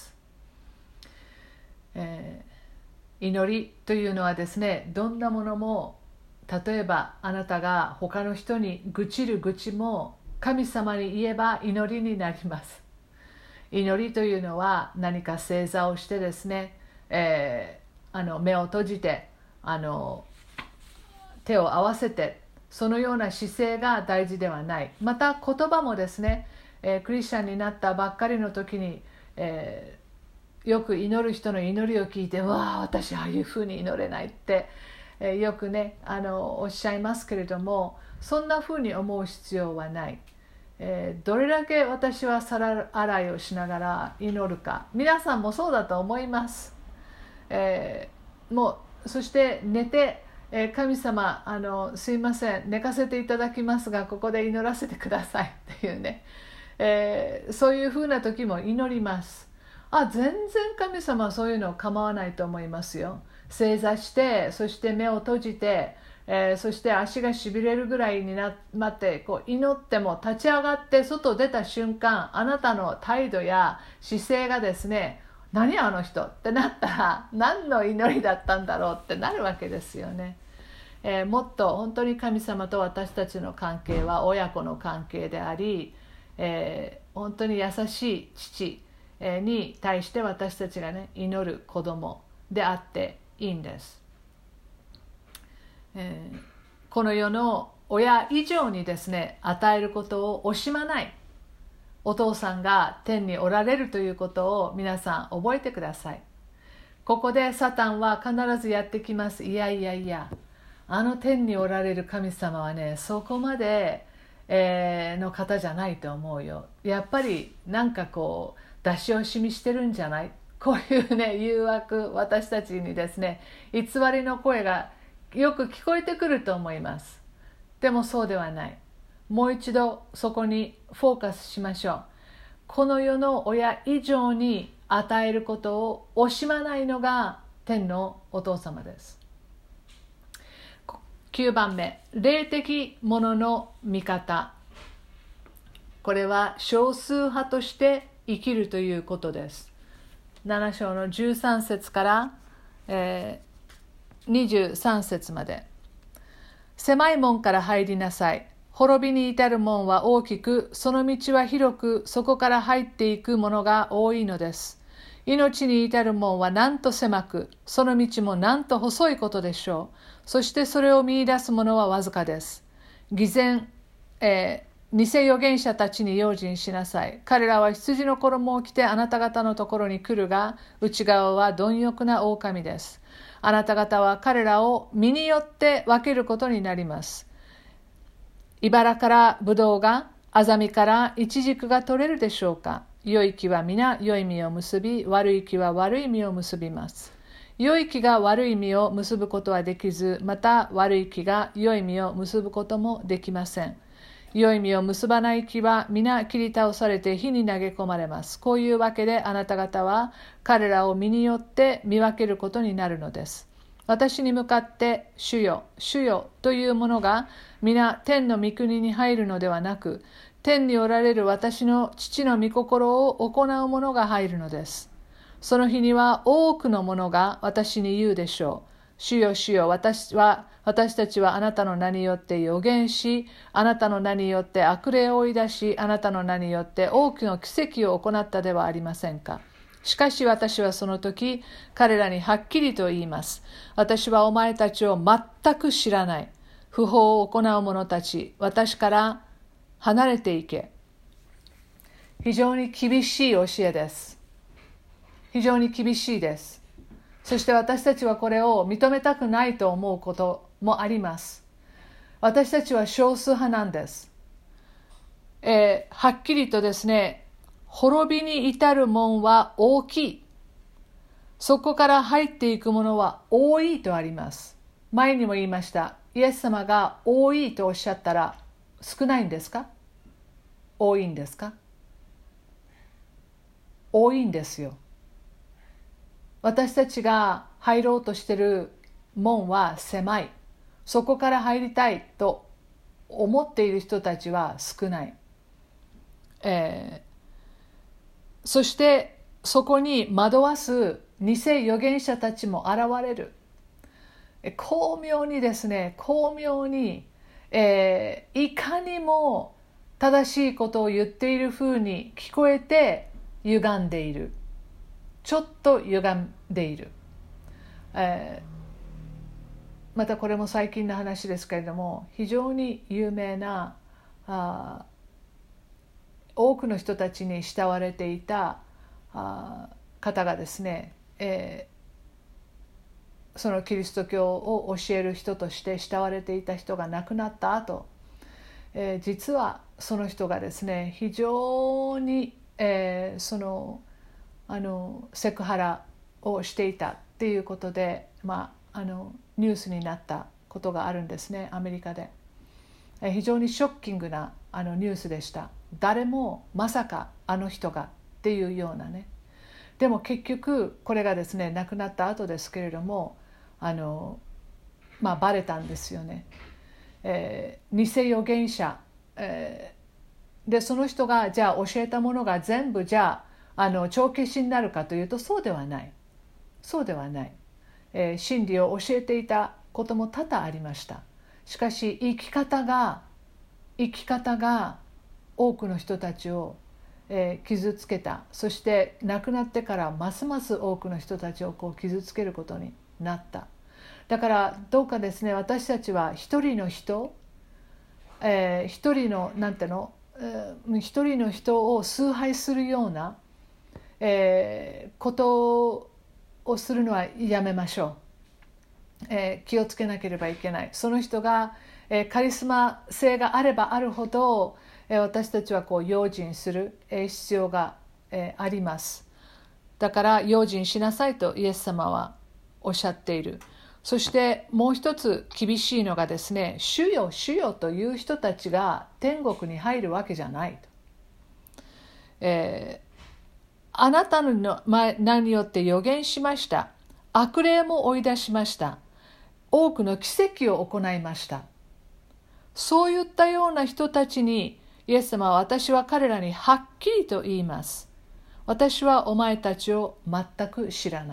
祈りというのはですね、どんなものも、例えばあなたが他の人に愚痴る愚痴も神様に言えば祈りになります。祈りというのは何か正座をしてですね、目を閉じて手を合わせて、そのような姿勢が大事ではない。また言葉もですね、クリスチャンになったばっかりの時に、よく祈る人の祈りを聞いて、わあ私ああいうふうに祈れないって、よくねおっしゃいますけれども、そんなふうに思う必要はない。どれだけ私は皿洗いをしながら祈るか、皆さんもそうだと思います。そして寝て、神様すいません寝かせていただきますがここで祈らせてくださいっていうね、そういうふうな時も祈ります。全然神様はそういうの構わないと思いますよ。正座して、そして目を閉じて、そして足がしびれるぐらいになってこう祈っても、立ち上がって外出た瞬間、あなたの態度や姿勢がですね、何あの人ってなったら、何の祈りだったんだろうってなるわけですよね。もっと本当に神様と私たちの関係は親子の関係であり、本当に優しい父に対して私たちがね祈る子供であっていいんです。この世の親以上にですね、与えることを惜しまないお父さんが天におられるということを皆さん覚えてください。ここでサタンは必ずやってきます。いや天におられる神様はね、そこまで、の方じゃないと思うよ。やっぱりなんかこう出し惜しみしてるんじゃない、こういうね誘惑、私たちにですね偽りの声がよく聞こえてくると思います。でもそうではない。もう一度そこにフォーカスしましょう。この世の親以上に与えることを惜しまないのが天のお父様です。9番目、霊的ものの見方。これは少数派として生きるということです。7章の13節から、23節まで。狭い門から入りなさい。滅びに至る門は大きく、その道は広く、そこから入っていくものが多いのです。命に至る門はなんと狭く、その道もなんと細いことでしょう。そしてそれを見出すものはわずかです。偽善、偽預言者たちに用心しなさい。彼らは羊の衣を着てあなた方のところに来るが、内側は貪欲な狼です。あなた方は彼らを身によって分けることになります。茨からブドウが、アザミからイチジクが取れるでしょうか。 良い木は皆良い実を結び、悪い木は悪い実を結びます。良い木が悪い実を結ぶことはできず、また悪い木が良い実を結ぶこともできません。良い実を結ばない木は皆切り倒されて火に投げ込まれます。こういうわけであなた方は彼らを実によって見分けることになるのです。私に向かって主よ、主よというものが皆天の御国に入るのではなく、天におられる私の父の御心を行う者が入るのです。その日には多くの者が私に言うでしょう。主よ、主よ、私たちはあなたの名によって預言し、あなたの名によって悪霊を追い出し、あなたの名によって多くの奇跡を行ったではありませんか。しかし私はその時、彼らにはっきりと言います。私はお前たちを全く知らない。不法を行う者たち、私から離れていけ。非常に厳しい教えです。非常に厳しいです。そして私たちはこれを認めたくないと思うこともあります。私たちは少数派なんです。はっきりとですね、滅びに至る門は大きい。そこから入っていくものは多いとあります。前にも言いました。イエス様が多いとおっしゃったら少ないんですか？多いんですか？多いんですよ。私たちが入ろうとしている門は狭い。そこから入りたいと思っている人たちは少ない。そしてそこに惑わす偽預言者たちも現れる。巧妙にですね、いかにも正しいことを言っているふうに聞こえて歪んでいる。ちょっと歪んでいる。またこれも最近の話ですけれども、非常に有名な多くの人たちに慕われていた方がですね、そのキリスト教を教える人として慕われていた人が亡くなった後、実はその人がですね、非常に、セクハラをしていたっていうことで、ニュースになったことがあるんですね、アメリカで。非常にショッキングなニュースでした。誰もまさかあの人がっていうようなね。でも結局これがですね、亡くなった後ですけれども、バレたんですよね。偽預言者、でその人がじゃあ教えたものが全部じゃあ帳消しになるかというとそうではない。そうではない。真理を教えていたことも多々ありました。しかし生き方が多くの人たちを傷つけた。そして亡くなってからますます多くの人たちを傷つけることになった。だからどうかですね、私たちは一人の人を崇拝するような、ことをするのはやめましょう。気をつけなければいけない。その人が、カリスマ性があればあるほど、私たちは用心する、必要が、あります。だから用心しなさいとイエス様はおっしゃっている。そしてもう一つ厳しいのがですね、主よ主よという人たちが天国に入るわけじゃないと。あなたの名によって預言しました。悪霊も追い出しました。多くの奇跡を行いました。そういったような人たちにイエス様は、私は彼らにはっきりと言います。私はお前たちを全く知らない。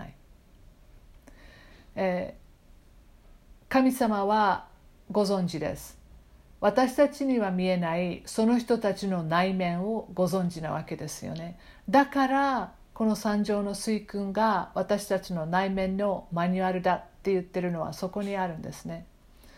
神様はご存知です。私たちには見えないその人たちの内面をご存知なわけですよね。だからこの三条の水訓が私たちの内面のマニュアルだって言ってるのはそこにあるんですね。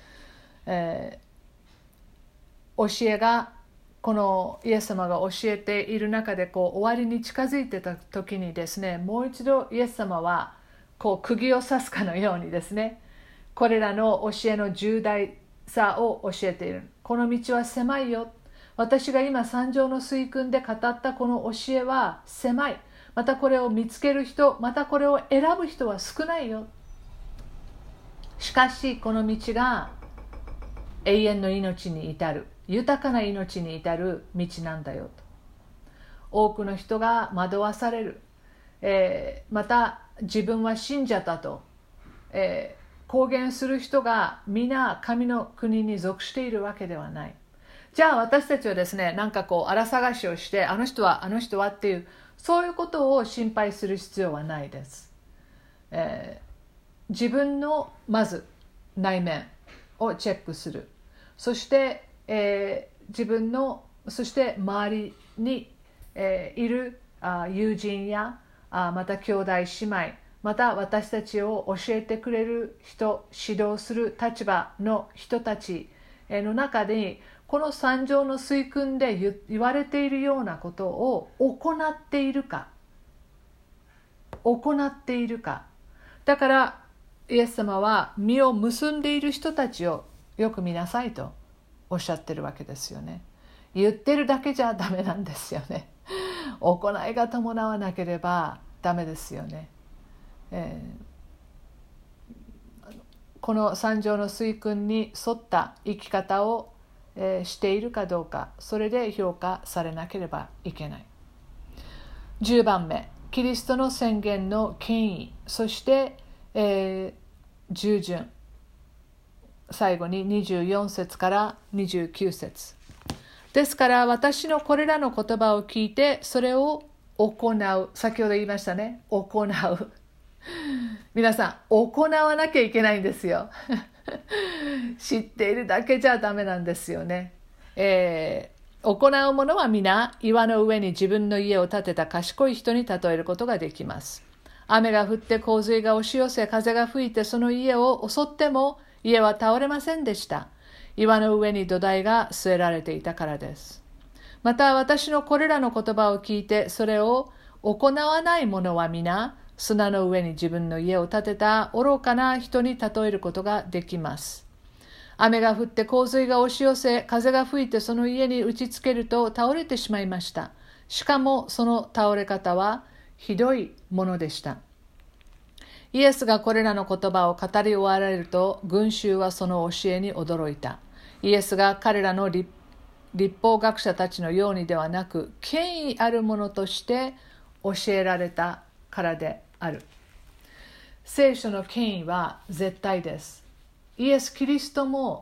教えがこのイエス様が教えている中で終わりに近づいてた時にですね、もう一度イエス様は釘を刺すかのようにですね、これらの教えの重大さを教えている。この道は狭いよ。 私が今三条の水訓で語ったこの教えは狭い。またこれを見つける人、またこれを選ぶ人は少ないよ。しかしこの道が永遠の命に至る、豊かな命に至る道なんだよと。多くの人が惑わされる、また自分は信者だと、公言する人が皆神の国に属しているわけではない。じゃあ私たちはですね、なんかこう荒探しをして、あの人はっていう、そういうことを心配する必要はないです。自分のまず内面をチェックする。そして、自分の、そして周りに、いる友人やまた兄弟姉妹、また私たちを教えてくれる人、指導する立場の人たちの中で、この三条の水訓で言われているようなことを行っているか。だからイエス様は実を結んでいる人たちをよく見なさいとおっしゃってるわけですよね。言ってるだけじゃダメなんですよね。行いが伴わなければダメですよね。この三条の水訓に沿った生き方をしているかどうか、それで評価されなければいけない。10番目、キリストの宣言の権威、そして、従順。最後に24節から29節。ですから私のこれらの言葉を聞いてそれを行う。先ほど言いましたね。行う。皆さん、行わなきゃいけないんですよ。知っているだけじゃダメなんですよね。行う者は皆岩の上に自分の家を建てた賢い人に例えることができます。雨が降って洪水が押し寄せ、風が吹いてその家を襲っても家は倒れませんでした。岩の上に土台が据えられていたからです。また私のこれらの言葉を聞いてそれを行わない者は皆砂の上に自分の家を建てた愚かな人に例えることができます。雨が降って洪水が押し寄せ、風が吹いてその家に打ちつけると倒れてしまいました。しかもその倒れ方はひどいものでした。イエスがこれらの言葉を語り終わられると、群衆はその教えに驚いた。イエスが彼らの立法学者たちのようにではなく、権威あるものとして教えられたからである。聖書の権威は絶対です。イエス・キリストの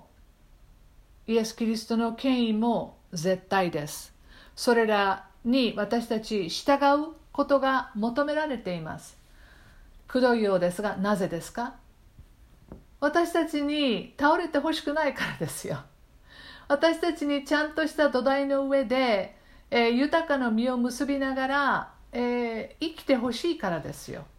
権威も絶対です。それらに私たち従うことが求められています。くどいようですが、なぜですか？私たちに倒れてほしくないからですよ。私たちにちゃんとした土台の上で、豊かな実を結びながら、生きてほしいからですよ。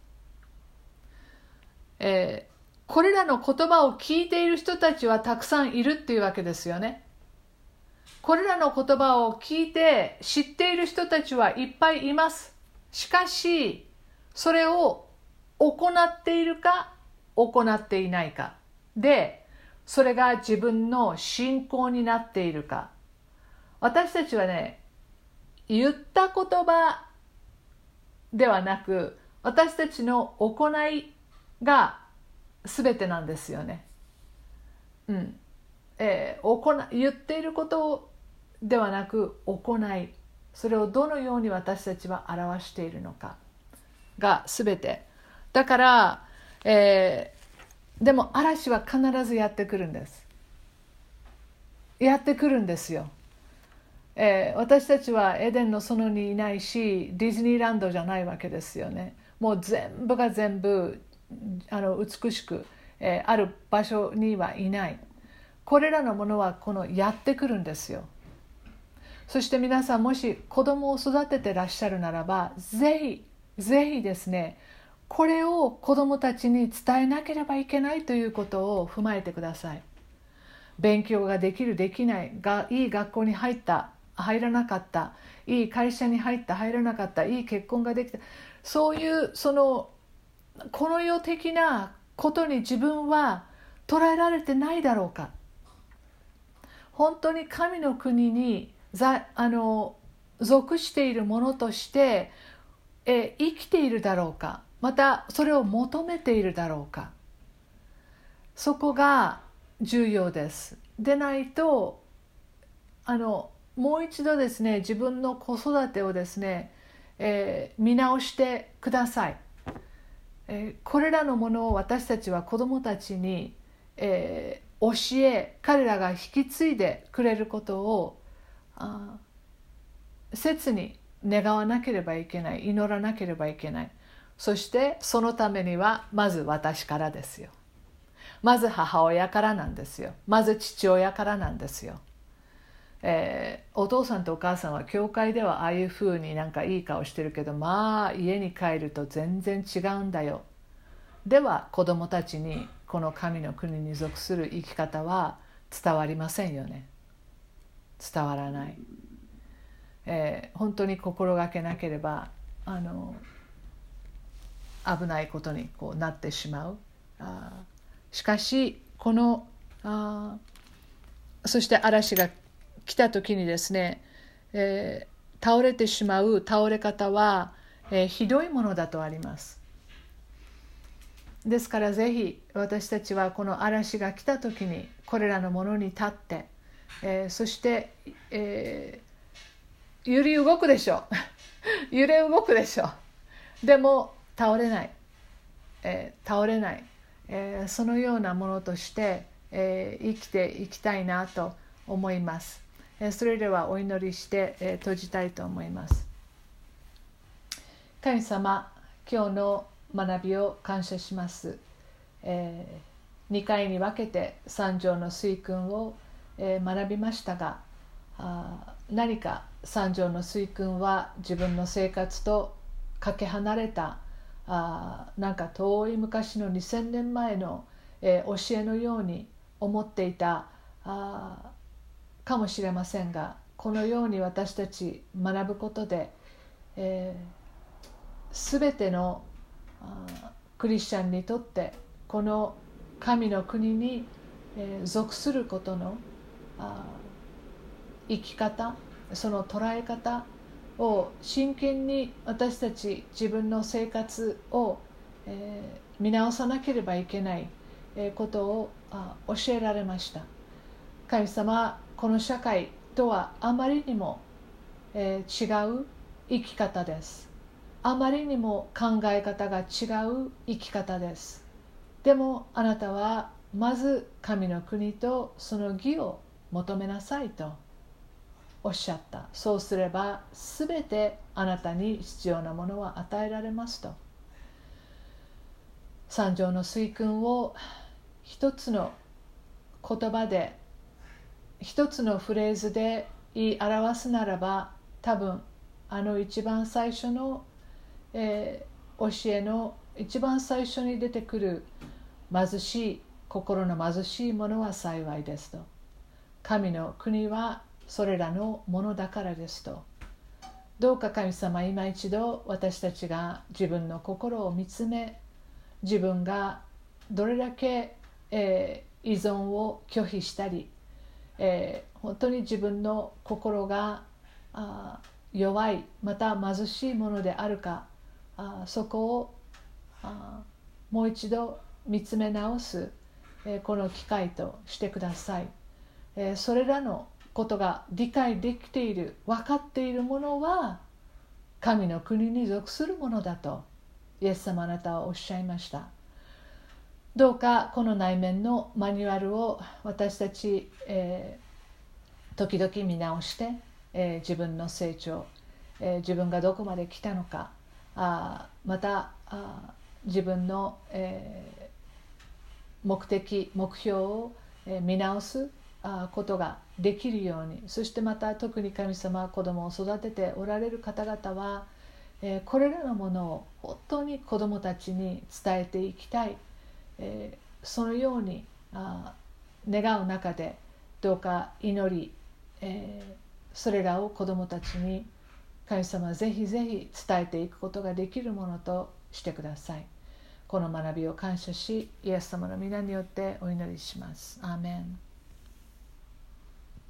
これらの言葉を聞いている人たちはたくさんいるっていうわけですよね。これらの言葉を聞いて知っている人たちはいっぱいいます。しかし、それを行っているか行っていないかで、それが自分の信仰になっているか。私たちはね、言った言葉ではなく、私たちの行いが全てなんですよね。言っていることではなく行い、それをどのように私たちは表しているのかが全て。だから、でも嵐は必ずやってくるんです。やってくるんですよ。私たちはエデンの園にいないし、ディズニーランドじゃないわけですよね。もう全部が全部美しく、ある場所にはいない。これらのものはやってくるんですよ。そして皆さん、もし子供を育ててらっしゃるならば、ぜひですね、これを子供たちに伝えなければいけないということを踏まえてください。勉強ができるできないが、いい学校に入った入らなかった、いい会社に入った入らなかった、いい結婚ができた、そういうこの世的なことに自分は捉えられてないだろうか。本当に神の国に属しているものとして、生きているだろうか、またそれを求めているだろうか、そこが重要です。でないともう一度ですね、自分の子育てをですね、見直してください。これらのものを私たちは子どもたちに、教え、彼らが引き継いでくれることを切に願わなければいけない、祈らなければいけない。そしてそのためにはまず私からですよ。まず母親からなんですよ。まず父親からなんですよ。お父さんとお母さんは教会ではああいうふうになんかいい顔してるけど、まあ家に帰ると全然違うんだよ。では子供たちにこの神の国に属する生き方は伝わりませんよね。伝わらない。本当に心がけなければ危ないことにこうなってしまう。しかしそして嵐が来た時にですね、倒れてしまう倒れ方は、ひどいものだとあります。ですからぜひ私たちはこの嵐が来た時にこれらのものに立って、そして、揺れ動くでしょう揺れ動くでしょう。でも倒れない、そのようなものとして、生きていきたいなと思います。それではお祈りして、閉じたいと思います。神様、今日の学びを感謝します。2回に分けて三条の水訓を、学びましたが、何か三条の水訓は自分の生活とかけ離れたなんか遠い昔の2000年前の、教えのように思っていたかもしれませんが、このように私たち学ぶことで、全てのクリスチャンにとってこの神の国に、属することの生き方、その捉え方を真剣に私たち自分の生活を、見直さなければいけない、ことを教えられました。神様、この社会とはあまりにも、違う生き方です。あまりにも考え方が違う生き方です。でもあなたはまず神の国とその義を求めなさいとおっしゃった。そうすればすべてあなたに必要なものは与えられますと。三条の水訓を一つの言葉で、一つのフレーズで言い表すならば、多分一番最初の、教えの一番最初に出てくる貧しい心の貧しいものは幸いですと。神の国はそれらのものだからですと。どうか神様、今一度私たちが自分の心を見つめ、自分がどれだけ、依存を拒否したり、本当に自分の心が弱い、また貧しいものであるか、そこをもう一度見つめ直す、この機会としてください。それらのことが理解できている、分かっているものは神の国に属するものだとイエス様、あなたはおっしゃいました。どうかこの内面のマニュアルを私たち、時々見直して、自分の成長、自分がどこまで来たのか、また自分の、目的目標を、見直すことができるように、そしてまた特に神様は子供を育てておられる方々は、これらのものを本当に子供たちに伝えていきたい、そのように願う中で、どうか祈り、それらを子供たちに神様ぜひぜひ伝えていくことができるものとしてください。この学びを感謝し、イエス様の皆によってお祈りします。アーメン。